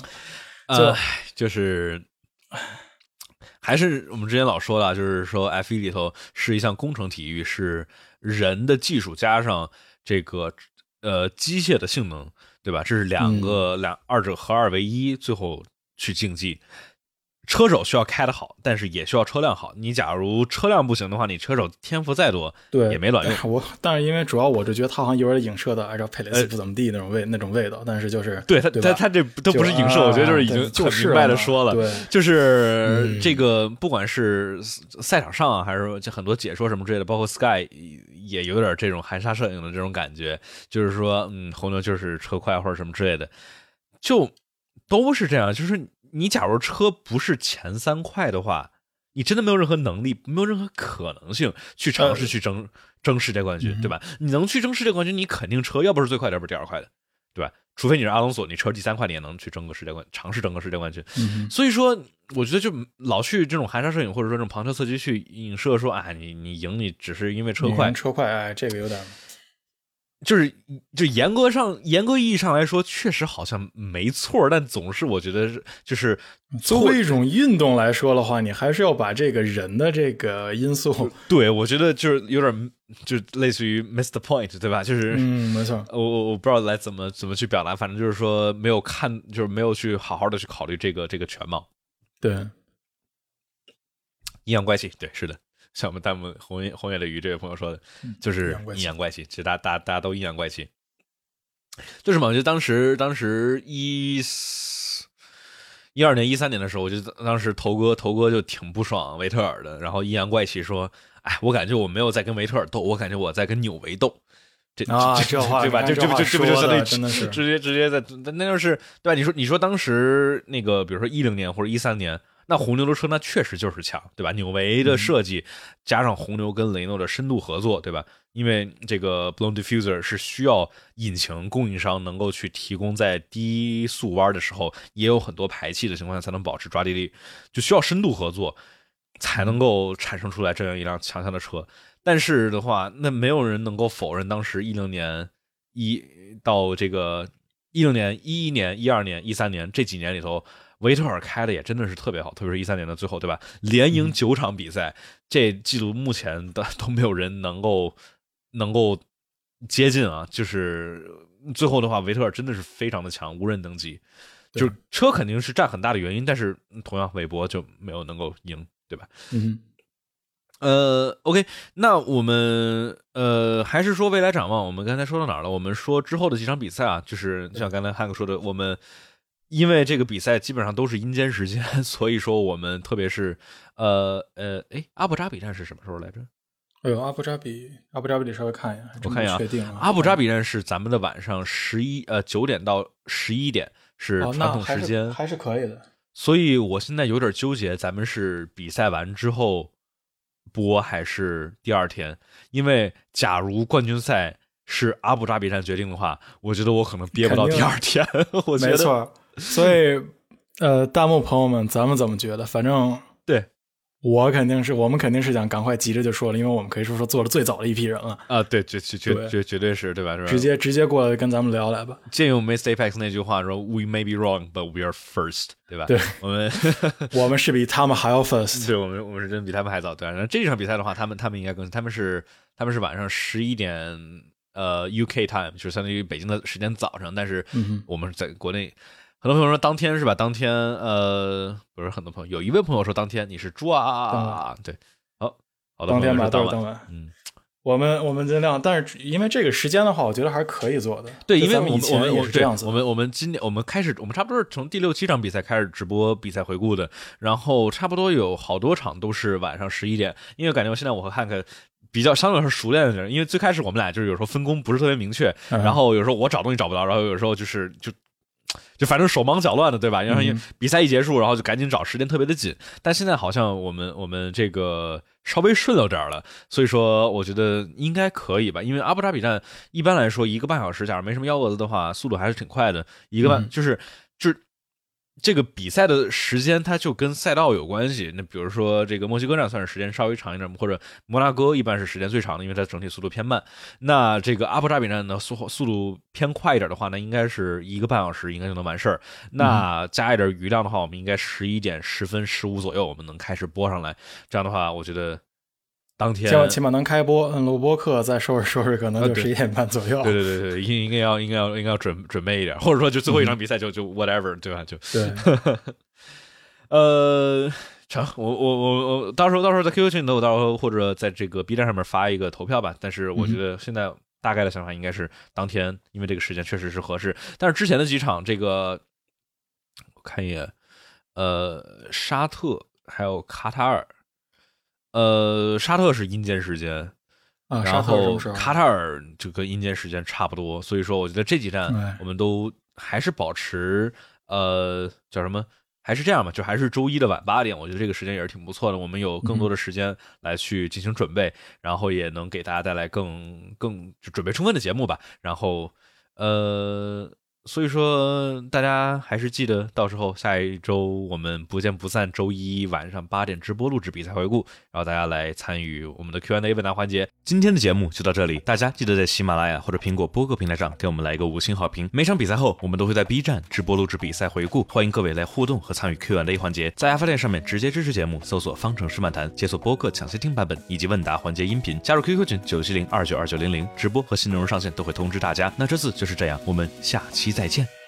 就是还是我们之前老说的，就是说 F1 里头是一项工程体育，是人的技术加上这个机械的性能，对吧？这是二者合2为1，最后去竞技。车手需要开得好，但是也需要车辆好。你假如车辆不行的话，你车手天赋再多，对，也没卵用。 但是因为主要我就觉得他好像有点影射的，按照佩雷斯不怎么地那种味道。但是就是对他这都不是影射，我觉得就是已经很明白的说了， 对， 就是这个不管是赛场上啊，还是就很多解说什么之类的，包括 Sky 也有点这种含沙射影的这种感觉，就是说红牛就是车快或者什么之类的，就都是这样，就是。你假如车不是前3快的话，你真的没有任何能力，没有任何可能性去尝试去争世界冠军，对吧？你能去争世界冠军，你肯定车要不是最快的，要不是第2快的，对吧？除非你是阿隆索，你车第3快，你也能去争个世界冠军，尝试争个世界冠军。所以说，我觉得就老去这种含沙射影或者说这种旁敲侧击去影射说，哎，你赢你只是因为车快， 哎，这个有点。 就严格意义上来说，确实好像没错，但总是我觉得就是作为一种运动来说的话，你还是要把这个人的这个因素， 对，我觉得就是有点就类似于 miss the point， 对吧？就是没错， 我不知道来怎么去表达，反正就是说没有看，就是没有去好好的去考虑这个全貌。 对， 阴阳怪气，对，是的。像我们弹幕红眼的鱼这位朋友说的，就是阴阳怪气，其实大家都阴阳怪气。就是嘛，我觉得当时12年13年的时候，我就当时头哥就挺不爽维特尔的，然后阴阳怪气说，哎，我感觉我没有在跟维特尔斗，我感觉我在跟纽维斗。这话对吧？这不就相当于直接在那就是对吧？你说当时那个，比如说10年或者13年。那红牛的车那确实就是强，对吧？纽维的设计加上红牛跟雷诺的深度合作，对吧？因为这个 blown diffuser 是需要引擎供应商能够去提供在低速弯的时候也有很多排气的情况下才能保持抓地力，就需要深度合作才能够产生出来这样一辆强悍的车。但是的话，那没有人能够否认当时10年到这个10年、11年、12年、13年这几年里头。维特尔开的也真的是特别好，特别是13年的最后，对吧？连赢9场比赛，这记录目前的都没有人能够接近啊！就是最后的话，维特尔真的是非常的强，无人能及。就是车肯定是占很大的原因，但是同样韦伯就没有能够赢，对吧？OK， 那我们还是说未来展望。我们刚才说到哪儿了？我们说之后的几场比赛啊，就是像刚才汉克说的，我们。因为这个比赛基本上都是阴间时间，所以说我们特别是阿布扎比站是什么时候来着？ 哎呦，阿布扎比得稍微看一眼， 我看一下， 确定阿布扎比站是咱们的晚上9点到11点是传统时间， 还是可以的。 所以我现在有点纠结，咱们是比赛完之后播还是第二天？因为假如冠军赛是阿布扎比站决定的话，我觉得我可能憋不到第二天。我觉得没错。所以，弹幕朋友们，咱们怎么觉得？反正对我们肯定是想赶快急着就说了，因为我们可以说做的最早的一批人了啊！对，绝对是，对吧？是吧？ 直接过来跟咱们聊来吧。 借用 Mr. Apex 那句话说 ：“We may be wrong, but we are first。”对吧？ 对， 我们是比他们还要 first。 对，我们是真比他们还早。对，然后这场比赛的话，他们应该更，他们是晚上11点UK time， 就是相当于北京的时间早上，但是我们在国内。很多朋友说当天是吧？当天不是很多朋友，有一位朋友说当天你是猪啊？对，好的， 当天吧， 当晚。我们尽量，但是因为这个时间的话，我觉得还是可以做的。 对，因为我们以前也是这样子。 我们今年我们差不多是从第6、7场比赛开始直播比赛回顾的，然后差不多有好多场都是晚上11点，因为感觉现在我和汉克。比较相对来说熟练的人，因为最开始我们俩就是有时候分工不是特别明确，然后有时候我找东西找不到，然后有时候就反正手忙脚乱的，对吧？然后比赛一结束，然后就赶紧找，时间特别的紧。但现在好像我们这个稍微顺到这儿了，所以说我觉得应该可以吧。因为阿布扎比站一般来说1个半小时，假如没什么幺蛾子的话，速度还是挺快的。1个半就是这个比赛的时间它就跟赛道有关系。那比如说这个墨西哥站算是时间稍微长一点，或者摩纳哥一般是时间最长的，因为它整体速度偏慢。那这个阿布扎比站呢速度偏快一点的话，那应该是1个半小时应该就能完事儿。那加一点余量的话，我们应该11点10分15左右我们能开始播上来。这样的话，我觉得当天起码能开播，录播课再收拾，可能就11点半左右。 对，应该要准备一点，或者说就最后一场比赛就 whatever， 对吧？就对。 成，我到时候在 QQ 群里头，到时候或者在这个 B 站上面发一个投票吧。但是我觉得现在大概的想法应该是当天，因为这个时间确实是合适。但是之前的几场，这个我看一眼，沙特还有卡塔尔。沙特是阴间时间啊， 然后卡塔尔就跟阴间时间差不多，所以说我觉得这几站我们都还是保持叫什么，还是这样吧，就还是周一的晚8点，我觉得这个时间也是挺不错的，我们有更多的时间来去进行准备，然后也能给大家带来更就准备充分的节目吧，然后所以说大家还是记得到时候下一周我们不见不散，周一晚上8点直播录制比赛回顾，然后大家来参与我们的 Q&A 问答环节。今天的节目就到这里，大家记得在喜马拉雅或者苹果播客平台上给我们来一个5星好评。每场比赛后我们都会在 B 站直播录制比赛回顾，欢迎各位来互动和参与 Q&A 环节。在阿发店上面直接支持节目，搜索方程式漫谈，解锁播客抢先听版本以及问答环节音频，加入 QQ 群970292900，直播和新内容上线都会通知大家。那这次就是这样，我们下期再见。